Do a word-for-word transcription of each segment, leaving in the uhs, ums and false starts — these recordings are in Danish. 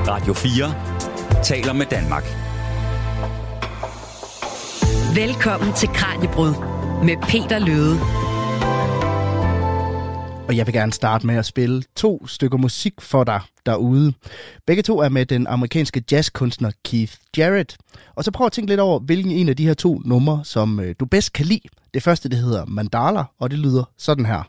Radio fire taler med Danmark. Velkommen til Kraniebrud med Peter Løde. Og jeg vil gerne starte med at spille to stykker musik for dig derude. Begge to er med den amerikanske jazzkunstner Keith Jarrett. Og så prøv at tænke lidt over, hvilken en af de her to numre, som øh, du bedst kan lide. Det første, det hedder Mandala, og det lyder sådan her.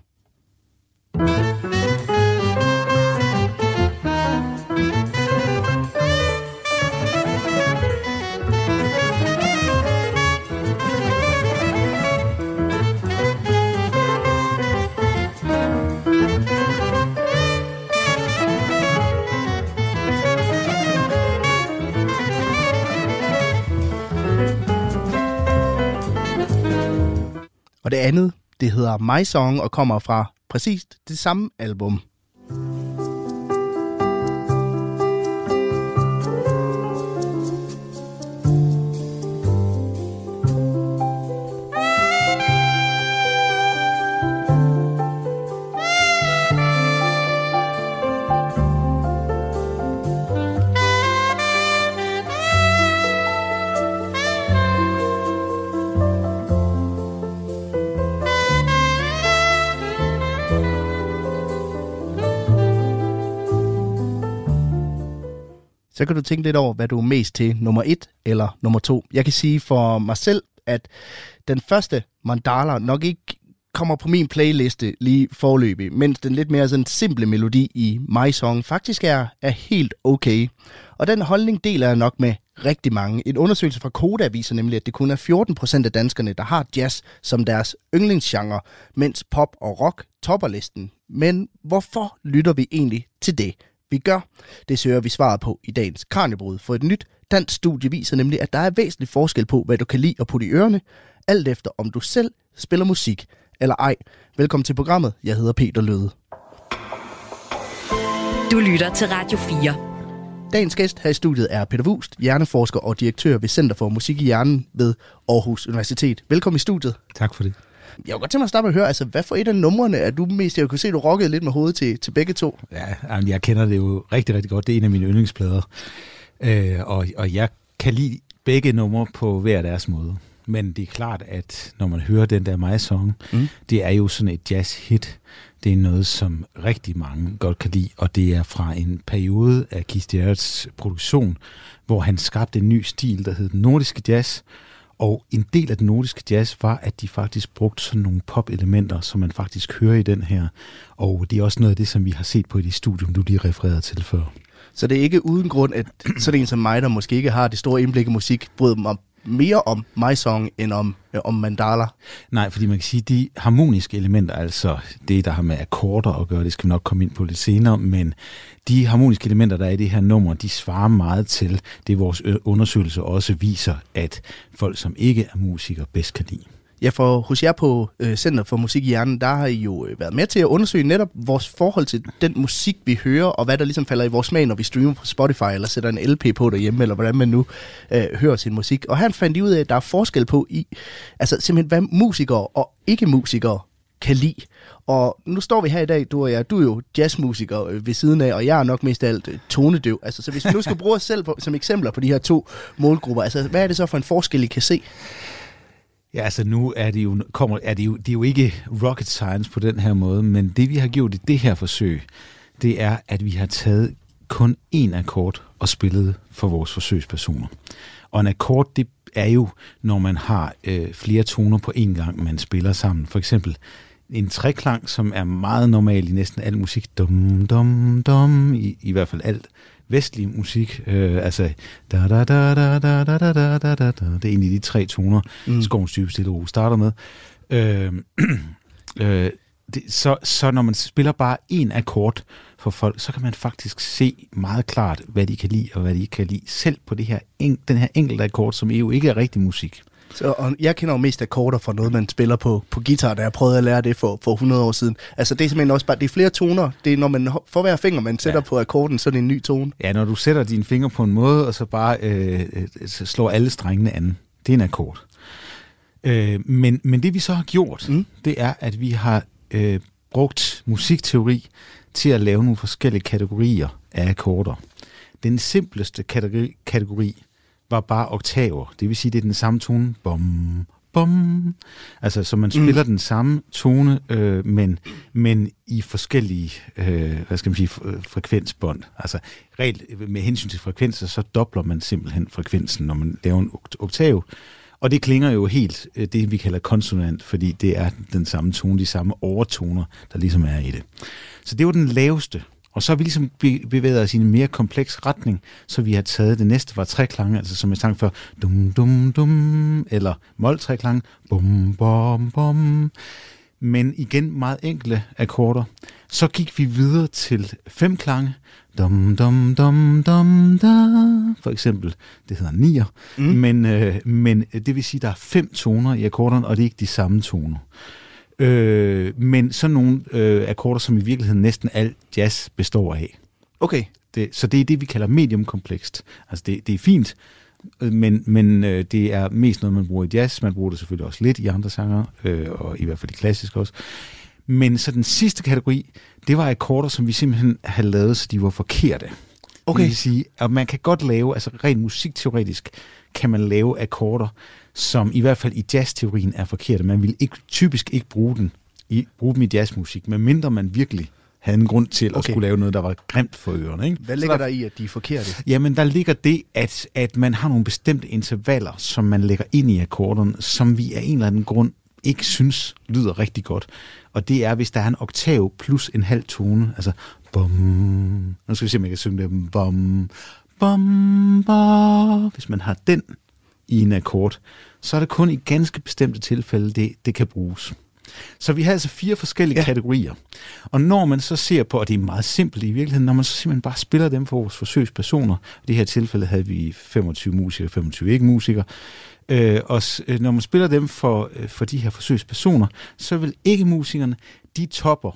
Og det andet, det hedder My Song og kommer fra præcis det samme album. Så kan du tænke lidt over, hvad du er mest til, nummer et eller nummer to. Jeg kan sige for mig selv, at den første Mandala nok ikke kommer på min playliste lige forløbig, mens den lidt mere sådan simple melodi i My Song faktisk er, er helt okay. Og den holdning deler jeg nok med rigtig mange. En undersøgelse fra Koda viser nemlig, at det kun er fjorten procent af danskerne, der har jazz som deres yndlingsgenre, mens pop og rock topper listen. Men hvorfor lytter vi egentlig til det? Vi gør. Det søger vi svaret på i dagens Kraniebrud, for et nyt dansk studie viser nemlig, at der er væsentlig forskel på, hvad du kan lide at putte i ørerne, alt efter om du selv spiller musik eller ej. Velkommen til programmet. Jeg hedder Peter Løde. Du lytter til Radio fire. Dagens gæst her i studiet er Peter Vuust, hjerneforsker og direktør ved Center for Musik i Hjernen ved Aarhus Universitet. Velkommen i studiet. Tak for det. Jeg vil godt tænke mig at starte med at høre, altså, hvad for et af numrene er du mest? Jeg kunne se, at du rockede lidt med hovedet til, til begge to. Ja, jeg kender det jo rigtig, rigtig godt. Det er en af mine yndlingsplader. Øh, og, og jeg kan lide begge numre på hver deres måde. Men det er klart, at når man hører den der My Song, mm. det er jo sådan et jazz-hit. Det er noget, som rigtig mange godt kan lide, og det er fra en periode af Keith Jarretts produktion, hvor han skabte en ny stil, der hed den nordiske jazz. Og en del af den nordiske jazz var, at de faktisk brugte sådan nogle pop-elementer, som man faktisk hører i den her. Og det er også noget af det, som vi har set på i det studium, du lige refererede til før. Så det er ikke uden grund, at sådan en som mig, der måske ikke har det store indblik i musik, bryder mig mere om My Song end om, øh, om Mandala? Nej, fordi man kan sige, at de harmoniske elementer, altså det, der har med akkorder at gøre, det skal vi nok komme ind på lidt senere, men de harmoniske elementer, der er i det her nummer, de svarer meget til det, vores undersøgelse også viser, at folk, som ikke er musikere, bedst kan lide. Ja, for hos jer på øh, Center for Musik i Hjernen, der har I jo øh, været med til at undersøge netop vores forhold til den musik, vi hører, og hvad der ligesom falder i vores smag, når vi streamer på Spotify, eller sætter en L P på derhjemme, eller hvordan man nu øh, hører sin musik. Og her fandt I ud af, at der er forskel på i, altså simpelthen, hvad musikere og ikke-musikere kan lide. Og nu står vi her i dag, du og jeg, du er jo jazzmusiker øh, ved siden af, og jeg er nok mest af alt øh, tonedøv. Altså, så hvis vi nu skal bruge os selv på, som eksempler på de her to målgrupper, altså, hvad er det så for en forskel, I kan se? Ja, altså nu er det jo, kommer, er det jo, det er jo ikke rocket science på den her måde, men det vi har gjort i det her forsøg, det er, at vi har taget kun én akkord og spillet for vores forsøgspersoner. Og en akkord, det er jo, når man har øh, flere toner på én gang, man spiller sammen. For eksempel en treklang, som er meget normal i næsten al musik. Dum, dum, dum, i, i hvert fald alt vestlig musik, øh, altså da da da da da da da da da da. Det er egentlig de tre toner, mm. Skovens dybe stille ro starter med. Øh, øh, det, så, så når man spiller bare én akkord for folk, så kan man faktisk se meget klart, hvad de kan lide og hvad de ikke kan lide, selv på det her, den her enkelte akkord, som jo ikke er rigtig musik. Så, og jeg kender jo mest akkorder fra noget, man spiller på, på guitar, da jeg prøvede at lære det for, for hundrede år siden. Altså det er simpelthen også bare, det er flere toner. Det er, når man for hver finger, man sætter ja. på akkorden, så er det en ny tone. Ja, når du sætter dine fingre på en måde, og så bare øh, så slår alle strengene an. Det er en akkord. Øh, men, men det vi så har gjort, mm. det er, at vi har øh, brugt musikteori til at lave nogle forskellige kategorier af akkorder. Den simpleste kategori, kategori var bare oktaver. Det vil sige, det er den samme tone. Bum, bum. Altså, så man spiller mm. den samme tone, øh, men, men i forskellige, øh, hvad skal man sige, frekvensbånd. Altså, regel, med hensyn til frekvenser, så dobler man simpelthen frekvensen, når man laver en oktav. Og det klinger jo helt det, vi kalder konsonant, fordi det er den samme tone, de samme overtoner, der ligesom er i det. Så det var den laveste. Og så har vi ligesom bevæget os i en mere kompleks retning, så vi har taget det næste var treklange, altså som jeg sang før, dum dum dum, eller mol-treklange, bum bum bum. Men igen meget enkle akkorder. Så gik vi videre til femklange, dum dum dum dum da, for eksempel, det hedder nier, mm. men, øh, men det vil sige, der er fem toner i akkorderne, og det er ikke de samme toner. Øh, men sådan nogle øh, akkorder, som i virkeligheden næsten al jazz består af. Okay. Det, så det er det, vi kalder medium-komplekst. Altså det, det er fint, men, men øh, det er mest noget, man bruger i jazz. Man bruger det selvfølgelig også lidt i andre sanger, øh, og i hvert fald de klassiske også. Men så den sidste kategori, det var akkorder, som vi simpelthen havde lavet, så de var forkerte. Okay. Det vil sige, at man kan godt lave, altså rent musikteoretisk, kan man lave akkorder, som i hvert fald i jazzteorien er forkerte. Man vil ikke, typisk ikke bruge, den, i, bruge dem i jazzmusik, medmindre man virkelig havde en grund til okay. at skulle lave noget, der var grimt for ørerne. Ikke? Hvad ligger der, der i, at de er forkerte? Jamen, der ligger det, at, at man har nogle bestemte intervaller, som man lægger ind i akkorderne, som vi af en eller anden grund ikke synes lyder rigtig godt. Og det er, hvis der er en oktav plus en halv tone, altså bum. Nu skal vi se, om jeg kan synge det. Bum, bum, bum. Hvis man har den i en akkord, så er det kun i ganske bestemte tilfælde, det, det kan bruges. Så vi har altså fire forskellige ja. kategorier. Og når man så ser på, og det er meget simpelt i virkeligheden, når man så simpelthen bare spiller dem for vores forsøgspersoner, i det her tilfælde havde vi femogtyve musikere, femogtyve ikke-musikere, øh, og når man spiller dem for, for de her forsøgspersoner, så vil ikke-musikerne, de topper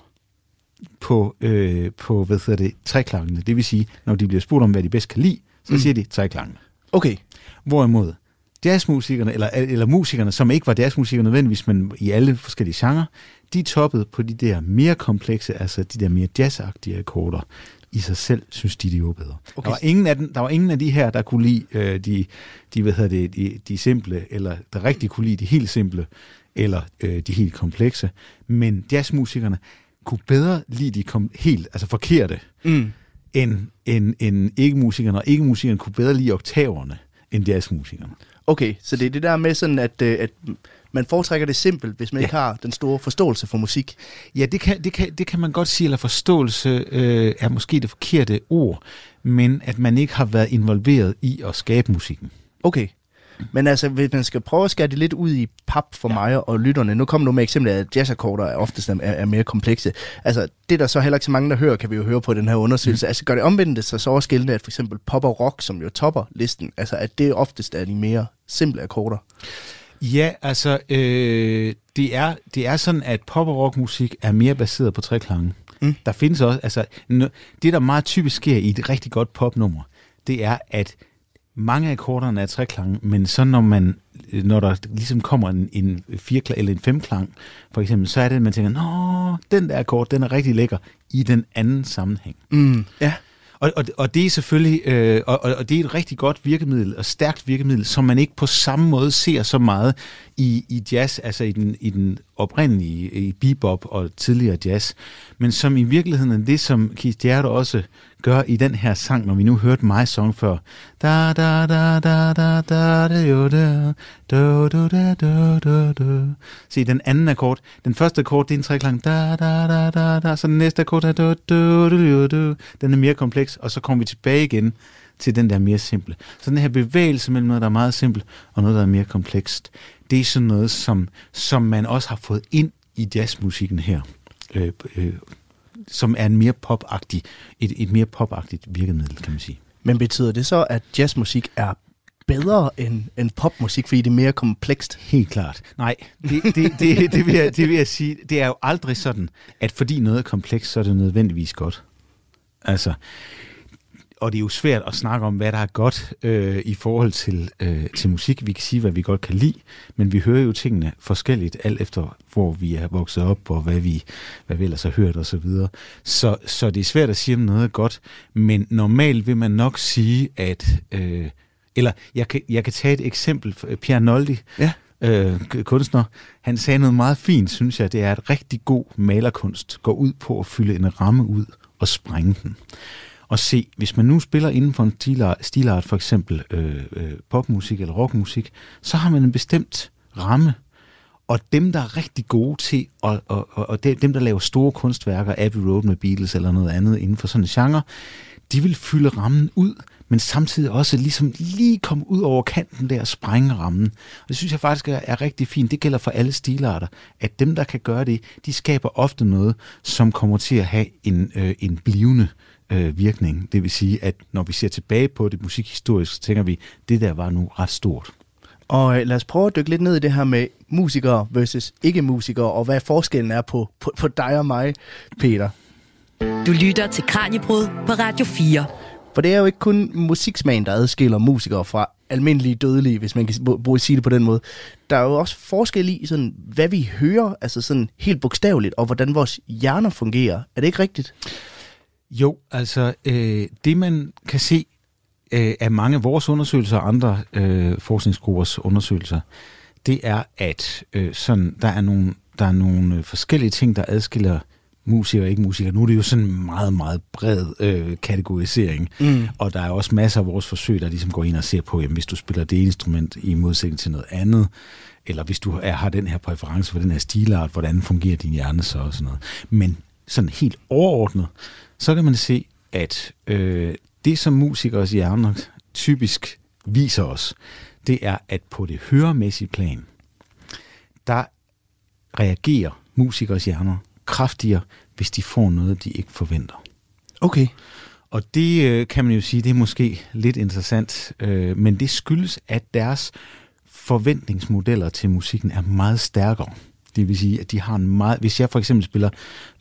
på, øh, på hvad hedder det, treklangene. Det vil sige, når de bliver spurgt om, hvad de bedst kan lide, så mm. siger de treklangene. Okay. Hvorimod jazzmusikerne, eller, eller musikerne, som ikke var jazzmusikere nødvendigvis, men i alle forskellige genrer, de toppede på de der mere komplekse, altså de der mere jazzagtige akkorder. I sig selv synes de, de var bedre. Okay. Der var ingen af den, der var ingen af de her, der kunne lide øh, de, de, hvad hedder det, de, de simple, eller der rigtig kunne lide de helt simple, eller øh, de helt komplekse. Men jazzmusikerne kunne bedre lide de kom, helt, altså forkerte, mm. end, end, end ikke-musikerne, og ikke-musikerne kunne bedre lide oktaverne, end jazzmusikerne. Okay, så det er det der med sådan, at, at man foretrækker det simpelt, hvis man ja. ikke har den store forståelse for musik. Ja, det kan, det kan, det kan man godt sige, eller forståelse øh, er måske det forkerte ord, men at man ikke har været involveret i at skabe musikken. Okay, men altså, hvis man skal prøve at skære det lidt ud i pap for ja. mig og lytterne. Nu kommer du med eksempler, at jazzakkorder er oftest er, er mere komplekse. Altså, det der så heller ikke så mange, der hører, kan vi jo høre på den her undersøgelse. Mm. Altså, gør det omvendt så så overskillende, at for eksempel pop og rock, som jo topper listen, altså, at det oftest er de mere simple akkorder. Ja, altså, øh, det, er, det er sådan, at pop- og rockmusik er mere baseret på treklange. Mm. Der findes også, altså, det der meget typisk sker i et rigtig godt popnummer, det er, at mange af akkorderne er treklange, men så når man, når der ligesom kommer en, en fireklang eller en femklang, for eksempel, så er det, at man tænker, nå, den der akkord, den er rigtig lækker i den anden sammenhæng. Mm. Ja. Og, og, og det er selvfølgelig, øh, og, og det er et rigtig godt virkemiddel, og stærkt virkemiddel, som man ikke på samme måde ser så meget i, i jazz, altså i den, i den oprindelige, i bebop og tidligere jazz, men som i virkeligheden er det, som Keith Jarrett også gør i den her sang, når vi nu hørte My Song før. Da da da da da da da da da da da da da. Se, den anden akkord, den første akkord, det er en treklang, da da da da da, så den næste akkord er da da da da. Den er mere kompleks, og så kommer vi tilbage igen til den der mere simple. Så den her bevægelse mellem noget, der er meget simpelt, og noget, der er mere komplekst, det er sådan noget, som, som man også har fået ind i jazzmusikken her, øh, øh, som er en mere popagtig, et, et mere popagtigt virkemiddel, kan man sige. Men betyder det så, at jazzmusik er bedre end, end popmusik, fordi det er mere komplekst? Helt klart. Nej, det, det, det, det, vil jeg, det vil jeg sige, det er jo aldrig sådan, at fordi noget er komplekst, så er det nødvendigvis godt. Altså, og det er jo svært at snakke om, hvad der er godt øh, i forhold til, øh, til musik. Vi kan sige, hvad vi godt kan lide, men vi hører jo tingene forskelligt, alt efter hvor vi er vokset op, og hvad vi, hvad vi ellers har hørt osv. Så, så, så det er svært at sige, om noget er godt, men normalt vil man nok sige, at... Øh, eller jeg kan, jeg kan tage et eksempel. Pierre Noldi, ja. øh, kunstner, han sagde noget meget fint, synes jeg. Det er, at rigtig god malerkunst går ud på at fylde en ramme ud og sprænge den. Og se, hvis man nu spiller inden for en stilart, stilart for eksempel øh, øh, popmusik eller rockmusik, så har man en bestemt ramme. Og dem, der er rigtig gode til, og, og, og, og dem, der laver store kunstværker, Abbey Road med Beatles eller noget andet inden for sådan en genre, de vil fylde rammen ud, men samtidig også ligesom lige komme ud over kanten der og sprænge rammen. Og det synes jeg faktisk er, er rigtig fint. Det gælder for alle stilarter, at dem, der kan gøre det, de skaber ofte noget, som kommer til at have en, øh, en blivende øh, virkning. Det vil sige, at når vi ser tilbage på det musikhistorisk, så tænker vi, det der var nu ret stort. Og lad os prøve at dykke lidt ned i det her med musikere versus ikke-musikere, og hvad forskellen er på, på, på dig og mig, Peter. Du lytter til Kraniebrud på Radio fire. For det er jo ikke kun musiksmagen, der adskiller musikere fra almindelige dødelige, hvis man kan bruge sige det på den måde. Der er jo også forskel i, sådan, hvad vi hører, altså sådan helt bogstaveligt, og hvordan vores hjerner fungerer. Er det ikke rigtigt? Jo, altså øh, det man kan se øh, af mange af vores undersøgelser og andre øh, forskningsgruppers undersøgelser, det er, at øh, sådan, der er nogle, der er nogle forskellige ting, der adskiller musikere og ikke musikere. Nu er det jo sådan en meget, meget bred øh, kategorisering, mm. og der er også masser af vores forsøg, der ligesom går ind og ser på, jamen, hvis du spiller det instrument i modsætning til noget andet, eller hvis du er, har den her præference for den her stilart, hvordan fungerer din hjerne så og sådan noget. Men sådan helt overordnet, så kan man se, at øh, det, som musikers hjerner typisk viser os, det er, at på det høremæssige plan, der reagerer musikers hjerner kraftigere, hvis de får noget, de ikke forventer. Okay. Og det øh, kan man jo sige, det er måske lidt interessant, øh, men det skyldes, at deres forventningsmodeller til musikken er meget stærkere. Det vil sige, at de har en meget... Hvis jeg for eksempel spiller...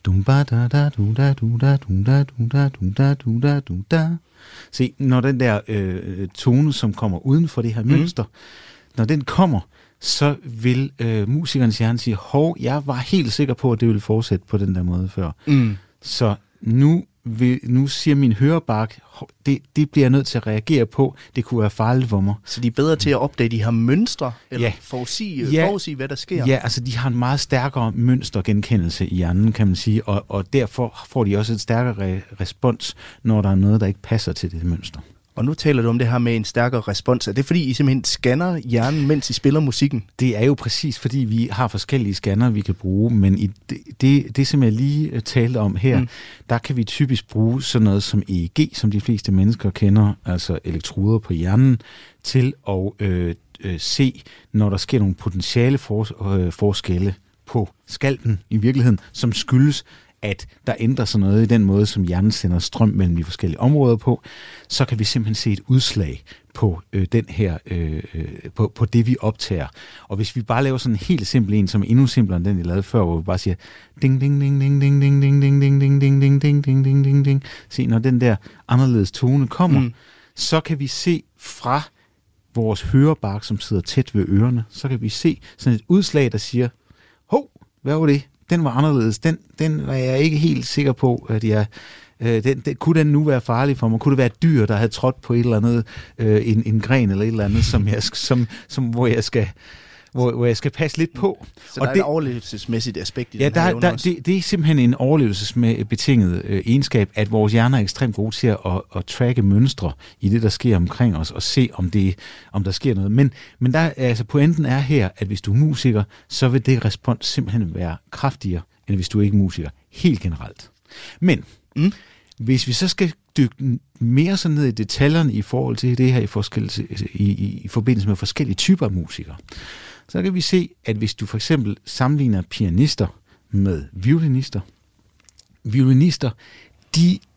Se, når den der øh, tone, som kommer uden for det her mm. mønster, når den kommer, så vil øh, musikernes hjerne sige, hov, jeg var helt sikker på, at det ville fortsætte på den der måde før. Mm. Så nu, vil, nu siger min hørebark, det, det bliver jeg nødt til at reagere på, det kunne være farligt for mig. Så de er bedre til at opdage de her mønstre, eller ja. forudsige, ja. forudsige, hvad der sker? Ja, altså de har en meget stærkere mønstergenkendelse i hjernen, kan man sige, og, og derfor får de også et stærkere re- respons, når der er noget, der ikke passer til det mønster. Og nu taler du om det her med en stærkere respons. Er det fordi, I simpelthen scanner hjernen, mens I spiller musikken? Det er jo præcis, fordi vi har forskellige scanner, vi kan bruge, men i det, det, det som jeg lige talte om her, mm. der kan vi typisk bruge sådan noget som E E G, som de fleste mennesker kender, altså elektroder på hjernen, til at øh, øh, se, når der sker nogle potentiale for, øh, forskelle på skalten i virkeligheden, som skyldes, at der ændrer sig noget i den måde, som hjernen sender strøm mellem de forskellige områder på, så kan vi simpelthen se et udslag på øh, den her, øh, på, på det vi optager. Og hvis vi bare laver sådan en helt simpel en, som er endnu simplere end den, jeg lavede før, hvor vi bare siger ding ding ding ding ding ding ding ding ding ding ding ding ding ding ding ding ding. Se, når den der anderledes tone kommer, mm. så kan vi se fra vores hørebark, som sidder tæt ved ørerne, så kan vi se sådan et udslag, der siger, hov, hvad var det? Den var anderledes. Den, den var jeg ikke helt sikker på, at jeg... Øh, den, den, kunne den nu være farlig for mig? Kunne det være et dyr, der havde trådt på et eller andet, øh, en, en gren eller et eller andet, som jeg, som, som, hvor, jeg skal, hvor, hvor jeg skal passe lidt på? Så og der er det, et overlevelsesmæssigt aspekt i ja, den her der, der, det, det er simpelthen en overlevelsesbetinget øh, egenskab, at vores hjerner er ekstremt gode til at, at, at tracke mønstre i det, der sker omkring os, og se, om, det, om der sker noget. Men, men der, altså, pointen er her, at hvis du er musiker, så vil det respons simpelthen være kraftigere, end hvis du er ikke musiker, helt generelt. Men mm. hvis vi så skal dykke mere så ned i detaljerne i forhold til det her i, forskel, i, i, i forbindelse med forskellige typer af musikere, så kan vi se, at hvis du for eksempel sammenligner pianister med violinister, violinister, de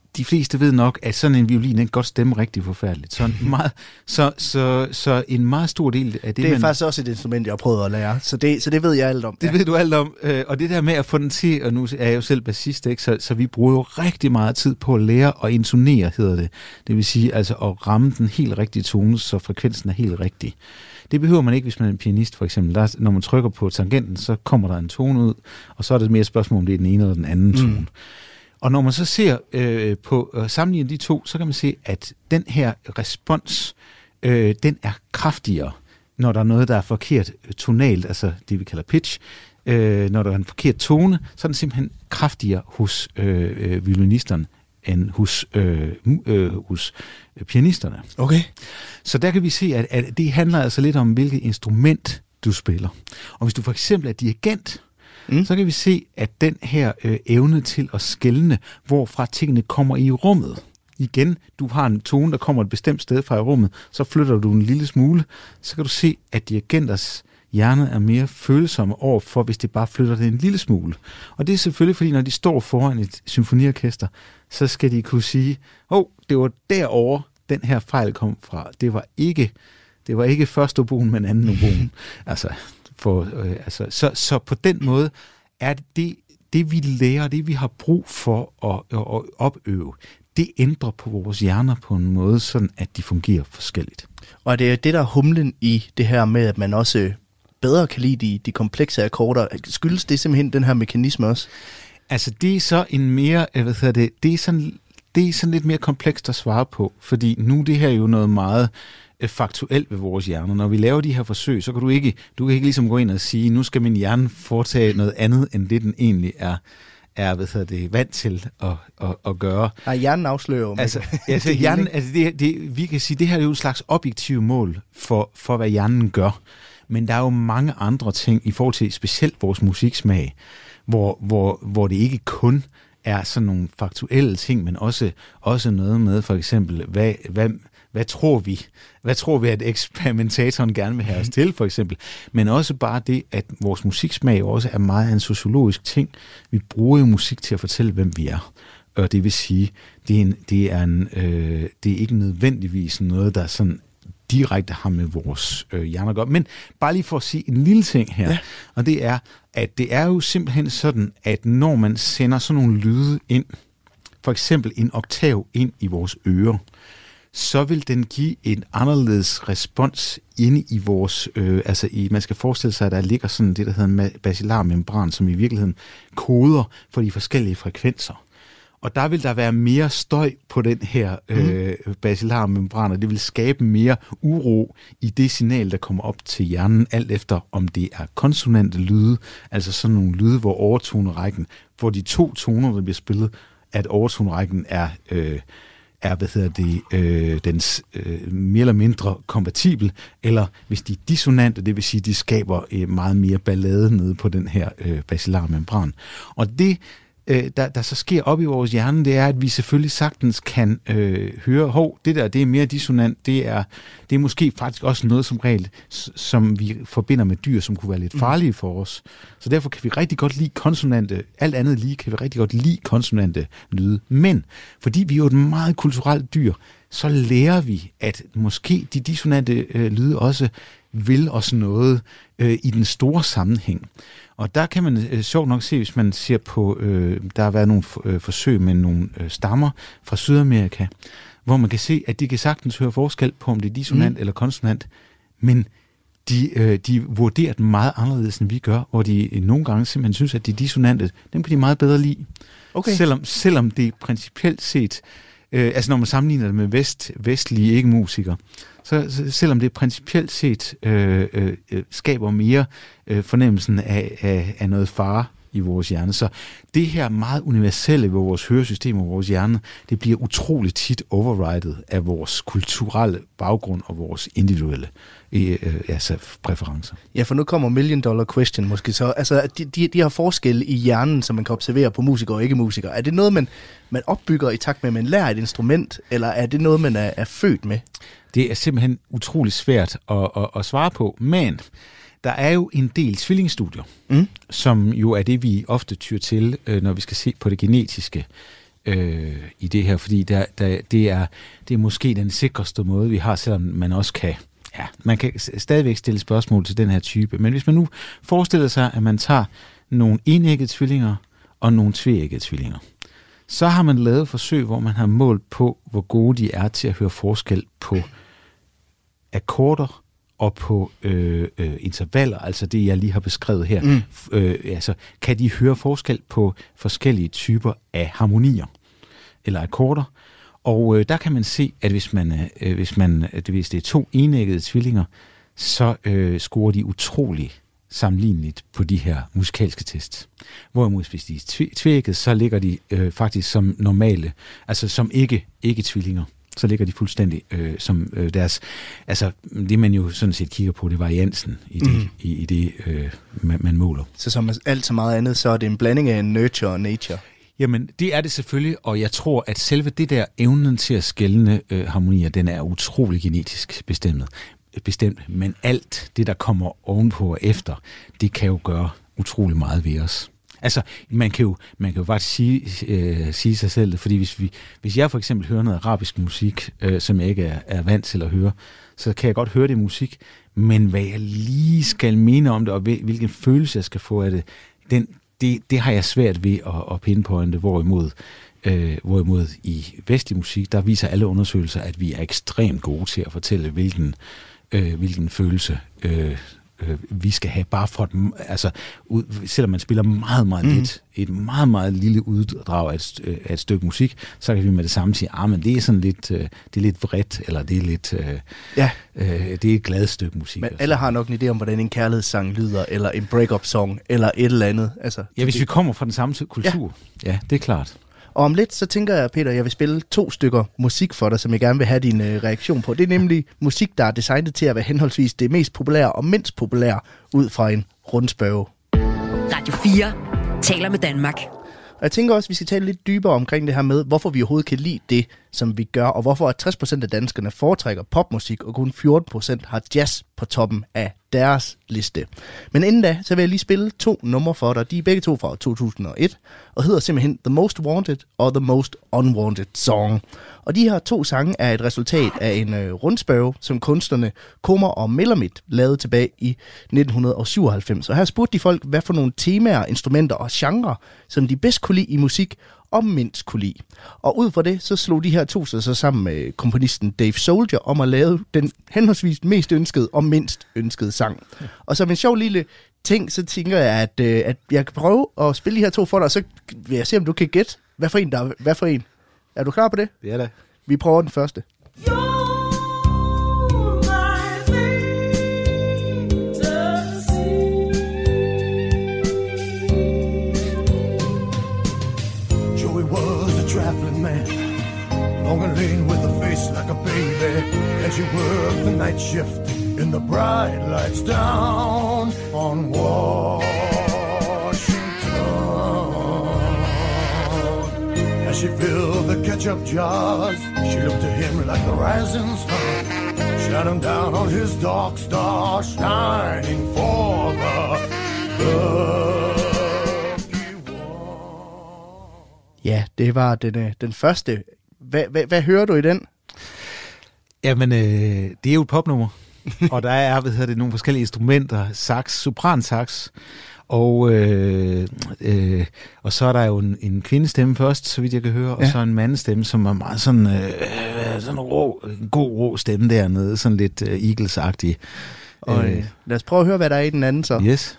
de fleste ved nok, at sådan en violin ikke godt stemme rigtig forfærdeligt. Så, meget, så, så, så en meget stor del af det... Det er man, faktisk også et instrument, jeg har prøvet at lære, så det, så det ved jeg alt om. Det ja. ved du alt om, og det der med at få den til, og nu er jeg jo selv bassist, ikke? Så, så vi bruger jo rigtig meget tid på at lære og intonere, hedder det. Det vil sige altså at ramme den helt rigtige tone, så frekvensen er helt rigtig. Det behøver man ikke, hvis man er en pianist, for eksempel. Der, når man trykker på tangenten, så kommer der en tone ud, og så er det mere et spørgsmål, om det er den ene eller den anden tone. Mm. Og når man så ser øh, på øh, sammenligner de to, så kan man se, at den her respons, øh, den er kraftigere, når der er noget, der er forkert tonalt, altså det, vi kalder pitch. Øh, når der er en forkert tone, så er den simpelthen kraftigere hos øh, øh, violinisterne, end hos, øh, øh, hos pianisterne. Okay. Så der kan vi se, at, at det handler altså lidt om, hvilket instrument du spiller. Og hvis du for eksempel er dirigent, mm. så kan vi se, at den her øh, evne til at skelne, hvorfra tingene kommer i rummet. Igen, du har en tone, der kommer et bestemt sted fra i rummet, så flytter du en lille smule, så kan du se, at dirigenters hjerne er mere følsomme over for, hvis det bare flytter det en lille smule. Og det er selvfølgelig, fordi når de står foran et symfoniorkester, så skal de kunne sige, åh, oh, det var derovre, den her fejl kom fra. Det var ikke, det var ikke første oboen, men anden oboen. altså, for, øh, altså, så, så på den måde er det, det, det, vi lærer, det vi har brug for at, at, at opøve, det ændrer på vores hjerner på en måde, sådan at de fungerer forskelligt. Og det er det, der er humlen i det her med, at man også bedre kan lide de, de komplekse akkorder. Skyldes det simpelthen den her mekanisme også? Altså, det er så en mere, hvad hedder det, det er sådan, det er sådan lidt mere komplekst at svare på, fordi nu det her er jo noget meget øh, faktuelt ved vores hjerner. Når vi laver de her forsøg, så kan du ikke, du kan ikke ligesom gå ind og sige, nu skal min hjerne foretage noget andet, end det den egentlig er, er hvad hedder det, vant til at, at, at gøre. Nej, hjernen afslører jo. Altså, altså, hjernen, altså det, det, vi kan sige, det her er jo et slags objektivt mål for, for, hvad hjernen gør. Men der er jo mange andre ting i forhold til specielt vores musiksmag, hvor, hvor, hvor det ikke kun er sådan nogle faktuelle ting, men også, også noget med for eksempel, hvad, hvad, hvad tror vi? Hvad tror vi, at eksperimentatoren gerne vil have os til, for eksempel? Men også bare det, at vores musiksmag også er meget en sociologisk ting. Vi bruger jo musik til at fortælle, hvem vi er. Og det vil sige, det er, en, det er, en, øh, det er ikke nødvendigvis noget, der sådan direkte har med vores øh, hjerner at gøre. Men bare lige for at sige en lille ting her, ja. Og det er, at det er jo simpelthen sådan, at når man sender sådan nogle lyde ind, for eksempel en oktav ind i vores ører, så vil den give en anderledes respons inde i vores, øh, altså i, man skal forestille sig, at der ligger sådan det, der hedder en basilarmembran, som i virkeligheden koder for de forskellige frekvenser. Og der vil der være mere støj på den her øh, basilarmembran, og det vil skabe mere uro i det signal, der kommer op til hjernen, alt efter om det er konsonante lyde, altså sådan nogle lyde, hvor overtonerækken, hvor de to toner, der bliver spillet, at overtonerækken er, øh, er hvad hedder det, øh, dens øh, mere eller mindre kompatibel, eller hvis de er dissonante, det vil sige, de skaber øh, meget mere ballade nede på den her øh, basilarmembran. Og det Der, der så sker op i vores hjerne, det er, at vi selvfølgelig sagtens kan øh, høre, hov, det der, det er mere dissonant, det er, det er måske faktisk også noget som regel, som vi forbinder med dyr, som kunne være lidt farlige for os. Så derfor kan vi rigtig godt lide konsonante, alt andet lige kan vi rigtig godt lide konsonante lyde. Men fordi vi er jo et meget kulturelt dyr, så lærer vi, at måske de dissonante øh, lyde også vil os noget øh, i den store sammenhæng. Og der kan man øh, sjovt nok se, hvis man ser på, øh, der har været nogle øh, forsøg med nogle øh, stammer fra Sydamerika, hvor man kan se, at de kan sagtens høre forskel på, om det er dissonant mm. eller konsonant, men de, øh, de vurderer det meget anderledes, end vi gør, hvor de øh, nogle gange simpelthen synes, at de dissonante, dem kan de meget bedre lide. Okay. Selvom, selvom det principielt set, øh, altså når man sammenligner det med vest, vestlige ikke-musikere, så, så selvom det principielt set øh, øh, skaber mere øh, fornemmelsen af, af, af noget fare i vores hjerne. Så det her meget universelle ved vores høresystem og vores hjerne, det bliver utroligt tit overridet af vores kulturelle baggrund og vores individuelle øh, altså præferencer. Ja, for nu kommer million dollar question måske så. Altså, de, de, de har forskel i hjernen, som man kan observere på musikere og ikke-musikere. Er det noget, man, man opbygger i takt med, at man lærer et instrument, eller er det noget, man er, er født med? Det er simpelthen utrolig svært at, at, at svare på, men der er jo en del tvillingestudier, mm. som jo er det, vi ofte tyr til, når vi skal se på det genetiske. øh, i det her, fordi der, der, det, er, det er måske den sikreste måde, vi har, selvom man også kan, ja, man kan stadigvæk stille spørgsmål til den her type. Men hvis man nu forestiller sig, at man tager nogle enæggede tvillinger og nogle tveæggede tvillinger, så har man lavet forsøg, hvor man har målt på, hvor gode de er til at høre forskel på akkorder og på øh, øh, intervaller, altså det, jeg lige har beskrevet her. Mm. Øh, altså, kan de høre forskel på forskellige typer af harmonier eller akkorder? Og øh, der kan man se, at hvis man, øh, hvis man, hvis det er to enæggede tvillinger, så øh, scorer de utrolig sammenligneligt på de her musikalske tests. Hvorimod hvis de er tveæggede, så ligger de øh, faktisk som normale, altså som ikke, ikke tvillinger. Så ligger de fuldstændig øh, som øh, deres... Altså, det man jo sådan set kigger på, det er variansen i det, mm. i, i det øh, man, man måler. Så som alt så meget andet, så er det en blanding af nurture og nature? Jamen, det er det selvfølgelig, og jeg tror, at selve det der evnen til at skelne øh, harmonier, den er utrolig genetisk bestemt. bestemt. Men alt det, der kommer ovenpå og efter, det kan jo gøre utrolig meget ved os. Altså, man kan jo, man kan jo faktisk sige, øh, sige sig selv, fordi hvis, vi, hvis jeg for eksempel hører noget arabisk musik, øh, som jeg ikke er, er vant til at høre, så kan jeg godt høre det musik, men hvad jeg lige skal mene om det, og hvilken følelse jeg skal få af det, den, det, det har jeg svært ved at, at pinpointe, hvorimod, øh, hvorimod i vestlig musik, der viser alle undersøgelser, at vi er ekstremt gode til at fortælle, hvilken, øh, hvilken følelse øh, vi skal have, bare for at, altså, ud, selvom man spiller meget, meget mm. lidt, et meget, meget lille uddrag af et, af et stykke musik, så kan vi med det samme sige, ah, men det er sådan lidt, det er lidt vredt, eller det er lidt, ja. øh, det er et glad stykke musik. Men alle har nok en idé om, hvordan en kærlighedssang lyder, eller en break-up-song, eller et eller andet. Altså, ja, hvis det... vi kommer fra den samme kultur. Ja, ja, det er klart. Og om lidt, så tænker jeg, Peter, jeg vil spille to stykker musik for dig, som jeg gerne vil have din øh, reaktion på. Det er nemlig musik, der er designet til at være henholdsvis det mest populære og mindst populære, ud fra en rundspørge. Radio fire taler med Danmark. Og jeg tænker også, at vi skal tale lidt dybere omkring det her med, hvorfor vi overhovedet kan lide det, som vi gør, og hvorfor tres procent af danskerne foretrækker popmusik, og kun fjorten procent har jazz på toppen af deres liste. Men inden da, så vil jeg lige spille to numre for dig. De er begge to fra to tusind og et, og hedder simpelthen The Most Wanted og The Most Unwanted Song. Og de her to sange er et resultat af en øh, rundspørge, som kunstnerne Kummer og Mellermit lavede tilbage i nitten syvoghalvfems. Og her spurgte de folk, hvad for nogle temaer, instrumenter og genrer, som de bedst kunne lide i musik, og mindst kunne lide. Og ud fra det, så slog de her to sig så sammen med komponisten Dave Soldier om at lave den henholdsvis mest ønskede og mindst ønskede sang. Og som en sjov lille ting, så tænker jeg, at, øh, at jeg kan prøve at spille de her to for dig, og så vil jeg se, om du kan gætte, hvad for en der er, hvad for en. Er du klar på det? Ja da. Vi prøver den første. Traveling man, long and lean with a face like a baby, and she worked the night shift in the bright lights down on Washington. As she filled the ketchup jars, she looked at him like the rising sun, shining down on his dark star, shining for the love. Ja, det var den, den første. Hvad, hvad, hvad hører du i den? Jamen, øh, det er jo et popnummer, og der er, hvad hedder det, nogle forskellige instrumenter, sax, sopransax, og, øh, øh, og så er der jo en, en kvindestemme først, så vidt jeg kan høre, ja. Og så en mandestemme, som er meget sådan, øh, sådan en, rå, en god rå stemme dernede, sådan lidt øh, Eagles-agtig. Og, øh, lad os prøve at høre, hvad der er i den anden så. Yes.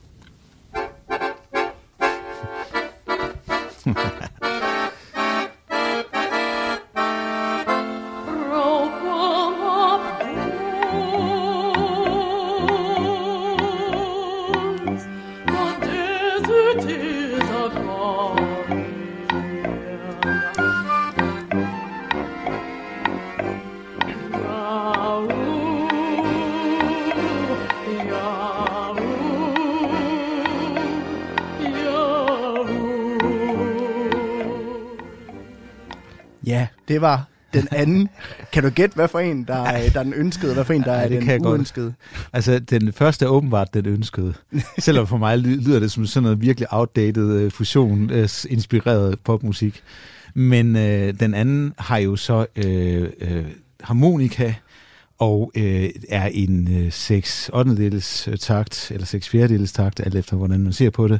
Ja, det var den anden. Kan du gætte, hvad for en, der er, der er den ønskede, hvad for en, der ja, er den uønskede? Altså, den første er åbenbart den ønskede. Selvom for mig lyder det som sådan noget virkelig outdated fusion, inspireret popmusik. Men øh, den anden har jo så øh, øh, harmonika, og øh, er en øh, seks ottendedels takt, eller seks fjerdedels takt, alt efter hvordan man ser på det.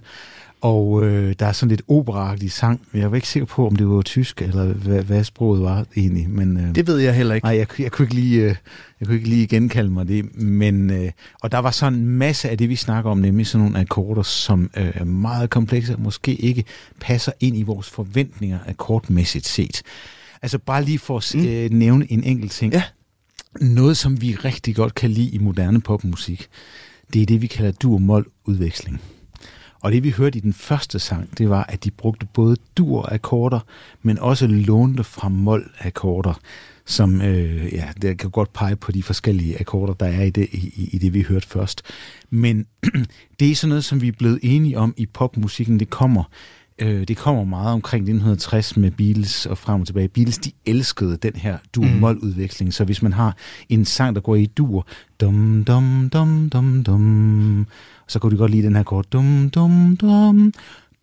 Og øh, der er sådan lidt operaagtig sang. Jeg var ikke sikker på, om det var tysk, eller hvad, hvad sproget var egentlig. Men, øh, det ved jeg heller ikke. Nej, jeg, jeg, kunne ikke lige, øh, jeg kunne ikke lige genkalde mig det. Men, øh, og der var sådan en masse af det, vi snakker om, nemlig sådan nogle akkorder, som øh, er meget komplekse, og måske ikke passer ind i vores forventninger akkordmæssigt set. Altså bare lige for at øh, nævne en enkelt ting. Ja. Noget, som vi rigtig godt kan lide i moderne popmusik, det er det, vi kalder dur-mol-udveksling. Og det, vi hørte i den første sang, det var, at de brugte både dur-akkorder, men også lånte fra mol-akkorder, som, øh, ja, det kan godt pege på de forskellige akkorder, der er i det, i, i det vi hørte først. Men det er sådan noget, som vi er blevet enige om i popmusikken, det kommer Øh, det kommer meget omkring nitten tres med Beatles og frem og tilbage. Beatles, de elskede den her dur-mol-udveksling, så hvis man har en sang, der går i dur, dum dum dum dum dum, så kunne de godt lide den her kort, dum dum dum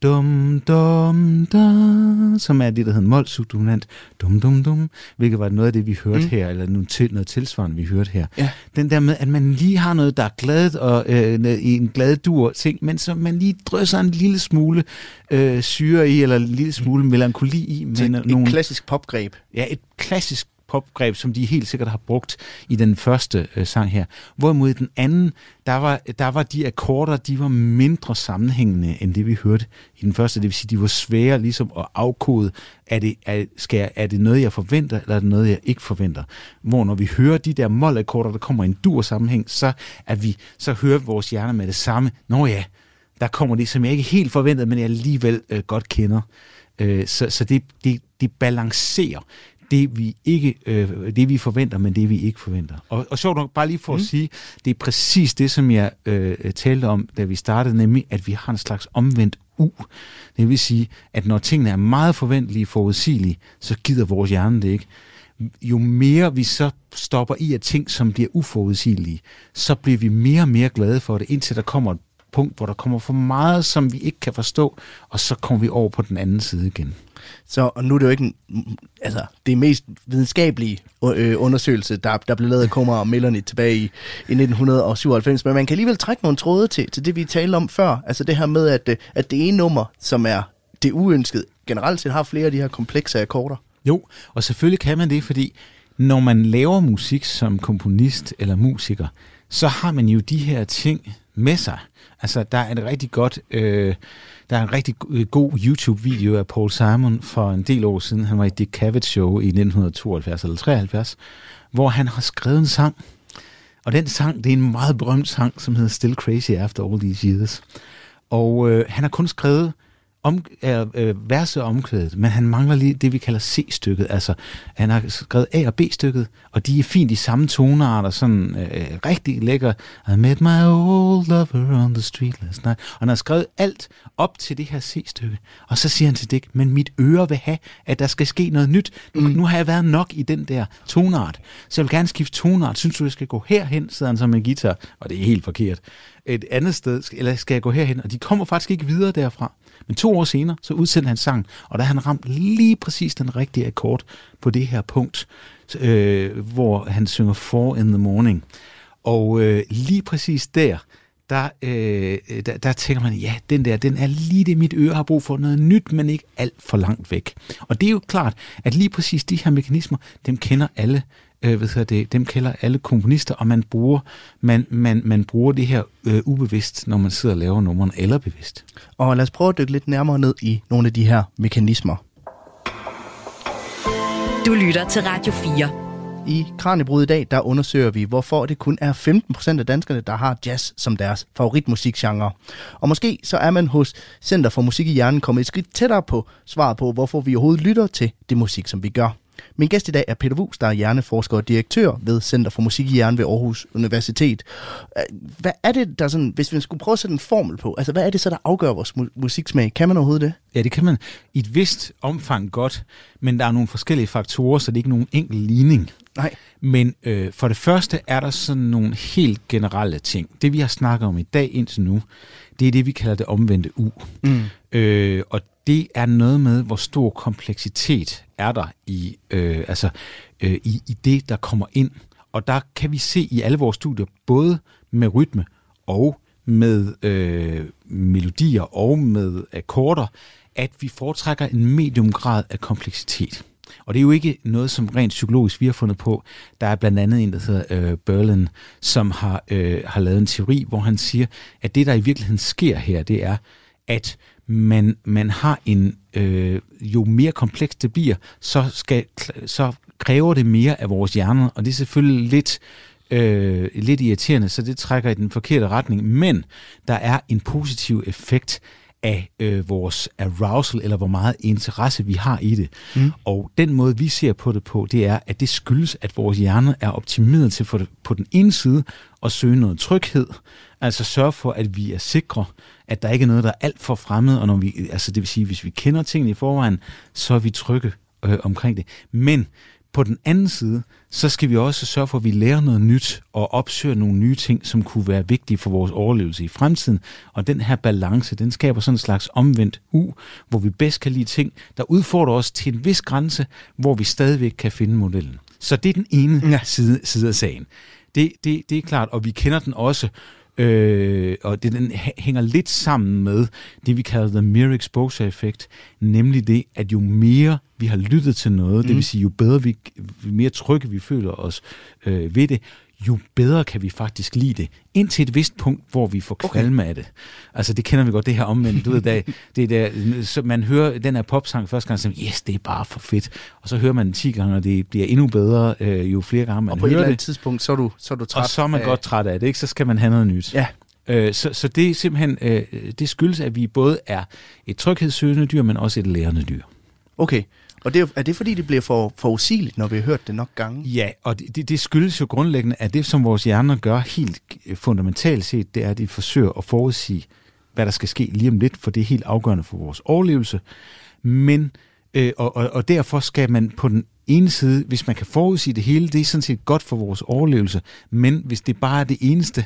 dum dum dum, som er det, der hedder mol-subdominant, dum dum dum, hvilket var noget af det, vi hørte mm. her, eller noget, til, noget tilsvarende, vi hørte her. Ja. Den der med, at man lige har noget, der er gladt, og øh, i en glad dur ting, men så man lige drysser en lille smule øh, syre i, eller en lille smule melankoli i. Til et, nogle, et klassisk popgreb. Ja, et klassisk popgreb, som de helt sikkert har brugt i den første øh, sang her. Hvorimod i den anden, der var, der var de akkorder, de var mindre sammenhængende, end det vi hørte i den første. Det vil sige, de var svære ligesom at afkode, er det, er, skal jeg, er det noget, jeg forventer, eller er det noget, jeg ikke forventer? Hvor når vi hører de der mol-akkorder, der kommer i en dur-sammenhæng, så, er vi, så hører vores hjerne med det samme. Nå ja, der kommer det, som jeg ikke helt forventede, men jeg alligevel øh, godt kender. Øh, så så det, det, det balancerer det vi ikke, øh, det vi forventer, men det vi ikke forventer. Og, og sjovt nok, bare lige for mm. at sige, det er præcis det, som jeg øh, talte om, da vi startede, nemlig, at vi har en slags omvendt U. Det vil sige, at når tingene er meget forventelige, forudsigelige, så gider vores hjerne det ikke. Jo mere vi så stopper i at ting, som bliver uforudsigelige, så bliver vi mere og mere glade for det, indtil der kommer et punkt, hvor der kommer for meget, som vi ikke kan forstå, og så kommer vi over på den anden side igen. Så og nu er det jo ikke en, altså, det mest videnskabelige øh, undersøgelse, der, der blev lavet af Comer og Melanie tilbage i, i nitten syvoghalvfems, men man kan alligevel trække nogle tråde til, til det, vi talte om før. Altså det her med, at, at det ene nummer, som er det uønskede, generelt set har flere af de her komplekse akkorder. Jo, og selvfølgelig kan man det, fordi når man laver musik som komponist eller musiker, så har man jo de her ting med sig. Altså, der er et rigtig godt, øh, der er en rigtig god YouTube-video af Paul Simon for en del år siden. Han var i Dick Cavett Show i nitten tooghalvfjerds eller treoghalvfjerds, hvor han har skrevet en sang. Og den sang, det er en meget berømt sang, som hedder Still Crazy After All These Years. Og øh, han har kun skrevet om, øh, verset omkvædet, men han mangler lige det, vi kalder C-stykket. Altså, han har skrevet A- og B-stykket, og de er fint i samme tonearter, sådan øh, rigtig lækker. I met my old lover on the street last night. Og han har skrevet alt op til det her C-stykke. Og så siger han til Dick, men mit øre vil have, at der skal ske noget nyt. Nu, mm. nu har jeg været nok i den der tonart, så jeg vil gerne skifte tonart. Synes du, jeg skal gå herhen, sidder han så med guitar, og det er helt forkert. Et andet sted, eller skal jeg gå herhen? Og de kommer faktisk ikke videre derfra. Men to år senere, så udsendte han sang, og der har han ramt lige præcis den rigtige akkord på det her punkt, øh, hvor han synger Four in the Morning. Og øh, lige præcis der, der, øh, der, der tænker man, ja, den der, den er lige det, mit øre har brug for, noget nyt, men ikke alt for langt væk. Og det er jo klart, at lige præcis de her mekanismer, dem kender alle Øh, ved det, dem kender alle komponister, og man bruger, man, man, man bruger det her øh, ubevidst, når man sidder og laver nummerne, eller bevidst. Og lad os prøve at dykke lidt nærmere ned i nogle af de her mekanismer. Du lytter til Radio fire. I Kraniebrud i dag, der undersøger vi, hvorfor det kun er femten procent af danskerne, der har jazz som deres favoritmusikgenre. Og måske så er man hos Center for Musik i Hjernen kommet et skridt tættere på svaret på, hvorfor vi overhovedet lytter til det musik, som vi gør. Min gæst i dag er Peter Vuus, der er hjerneforsker og direktør ved Center for Musik i Hjernen ved Aarhus Universitet. Hvad er det, der sådan, hvis vi skulle prøve at sætte en formel på, altså hvad er det så, der afgør vores mu- musiksmag? Kan man overhovedet det? Ja, det kan man i et vist omfang godt, men der er nogle forskellige faktorer, så det er ikke nogen enkel ligning. Nej. Men øh, for det første er der sådan nogle helt generelle ting. Det, vi har snakket om i dag indtil nu, det er det, vi kalder det omvendte U. Mm. Øh, og det er noget med, hvor stor kompleksitet er der i, øh, altså, øh, i, i det, der kommer ind. Og der kan vi se i alle vores studier, både med rytme og med øh, melodier og med akkorder, at vi foretrækker en mediumgrad af kompleksitet. Og det er jo ikke noget, som rent psykologisk vi har fundet på. Der er blandt andet en, der hedder øh, Berlin, som har, øh, har lavet en teori, hvor han siger, at det, der i virkeligheden sker her, det er, at man, man har en, øh, jo mere komplekst det bliver, så, skal, så kræver det mere af vores hjerner, og det er selvfølgelig lidt, øh, lidt irriterende, så det trækker i den forkerte retning, men der er en positiv effekt af øh, vores arousal, eller hvor meget interesse vi har i det. Mm. Og den måde, vi ser på det på, det er, at det skyldes, at vores hjerne er optimeret til for det, på den ene side at søge noget tryghed, altså sørge for, at vi er sikre, at der ikke er noget, der er alt for fremmed, og når vi, altså det vil sige, hvis vi kender tingene i forvejen, så er vi trygge øh, omkring det. Men på den anden side, så skal vi også sørge for, at vi lærer noget nyt og opsøger nogle nye ting, som kunne være vigtige for vores overlevelse i fremtiden. Og den her balance, den skaber sådan en slags omvendt U, hvor vi bedst kan lide ting, der udfordrer os til en vis grænse, hvor vi stadigvæk kan finde modellen. Så det er den ene ja. side, side af sagen. Det, det, det er klart, og vi kender den også, øh, og det, den hænger lidt sammen med det, vi kalder the mere exposure effekt, nemlig det, at jo mere vi har lyttet til noget, mm. det vil sige, jo bedre vi, jo mere trygge vi føler os øh, ved det, jo bedre kan vi faktisk lide det, indtil et vist punkt, hvor vi får kvalme okay. af det. Altså, det kender vi godt, det her omvendt. Du ved, der, det der, så man hører den her popsang første gang, og siger, yes, det er bare for fedt. Og så hører man den ti gange, og det bliver endnu bedre, øh, jo flere gange man hører det. Og på et eller andet tidspunkt, så er du, så er du træt. Og så er man af... godt træt af det, ikke? Så skal man have noget nyt. Ja. Øh, så, så det er simpelthen, øh, det skyldes, at vi både er et tryghedssøgende dyr, men også et lærende dyr. Okay. Og det er, er det fordi, det bliver for forudsigeligt, når vi har hørt det nok gange? Ja, og det, det, det skyldes jo grundlæggende, at det, som vores hjerner gør helt fundamentalt set, det er, at de forsøger at forudsige, hvad der skal ske lige om lidt, for det er helt afgørende for vores overlevelse. Men, øh, og, og, og derfor skal man på den ene side, hvis man kan forudsige det hele, det er sådan set godt for vores overlevelse, men hvis det bare er det eneste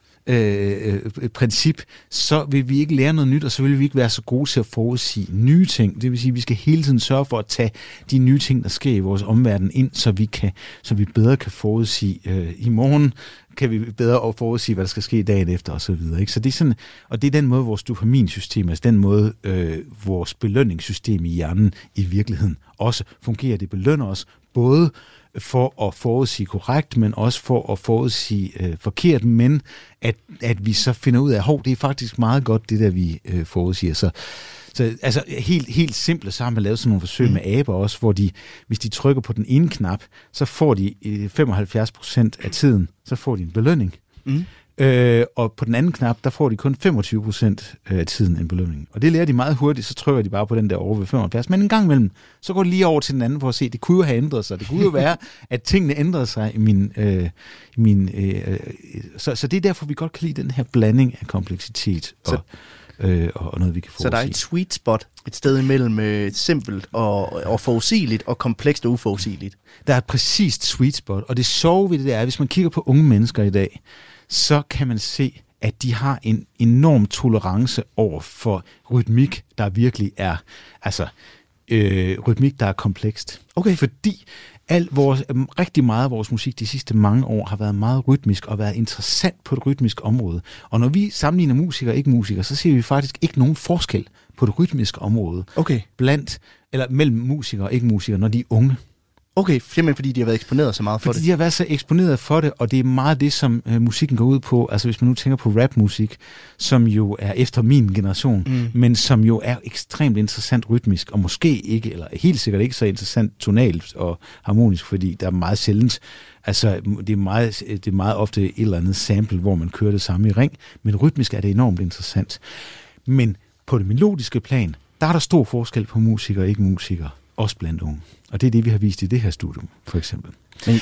Øh, øh, princip, så vil vi ikke lære noget nyt, og så vil vi ikke være så gode til at forudsige nye ting. Det vil sige, at vi skal hele tiden sørge for at tage de nye ting, der sker i vores omverden ind, så vi, kan, så vi bedre kan forudsige øh, i morgen, kan vi bedre forudsige, hvad der skal ske dagen efter, og så videre. Ikke? Så det er sådan, og det er den måde, vores dopaminsystem, altså den måde, øh, vores belønningssystem i hjernen i virkeligheden også fungerer. Det belønner os både for at forudsige korrekt, men også for at forudsige øh, forkert, men at, at vi så finder ud af, hov, det er faktisk meget godt, det der vi øh, forudsiger. Så, så altså helt, helt simpelt, så har man lavet sådan nogle forsøg mm. med aber også, hvor de, hvis de trykker på den ene knap, så får de øh, femoghalvfjerds procent af tiden, så får de en belønning. Mm. Øh, og på den anden knap, der får de kun femogtyve procent af tiden en belønning. Og det lærer de meget hurtigt, så trykker de bare på den der over ved femoghalvfjerds. Men en gang imellem, så går de lige over til den anden for at se, det kunne jo have ændret sig. Det kunne jo være, at tingene ændrede sig i min... Øh, i min øh, så, så det er derfor, vi godt kan lide den her blanding af kompleksitet og, øh, og noget, vi kan forudsige. Så der er et sweet spot et sted imellem øh, simpelt og, og forudsigeligt og komplekst og uforudsigeligt. Der er et præcist sweet spot, og det sjove ved det er, at hvis man kigger på unge mennesker i dag, så kan man se, at de har en enorm tolerance over for rytmik, der virkelig er, altså øh, rytmik, der er komplekst. Okay. Fordi al vores, rigtig meget af vores musik de sidste mange år har været meget rytmisk og været interessant på et rytmisk område. Og når vi sammenligner musikere og ikke musikere, så ser vi faktisk ikke nogen forskel på det rytmiske område. Okay. Blandt, eller mellem musikere og ikke musikere, når de er unge. Okay, simpelthen fordi de har været eksponeret så meget for fordi det. Fordi de har været så eksponeret for det, og det er meget det, som øh, musikken går ud på. Altså hvis man nu tænker på rapmusik, som jo er efter min generation, mm. men som jo er ekstremt interessant rytmisk, og måske ikke, eller helt sikkert ikke så interessant tonalt og harmonisk, fordi der er meget sjældent, altså det er meget, det er meget ofte et eller andet sample, hvor man kører det samme i ring, men rytmisk er det enormt interessant. Men på det melodiske plan, der er der stor forskel på musikere og ikke musikere, også blandt unge. Og det er det, vi har vist i det her studium, for eksempel. Men,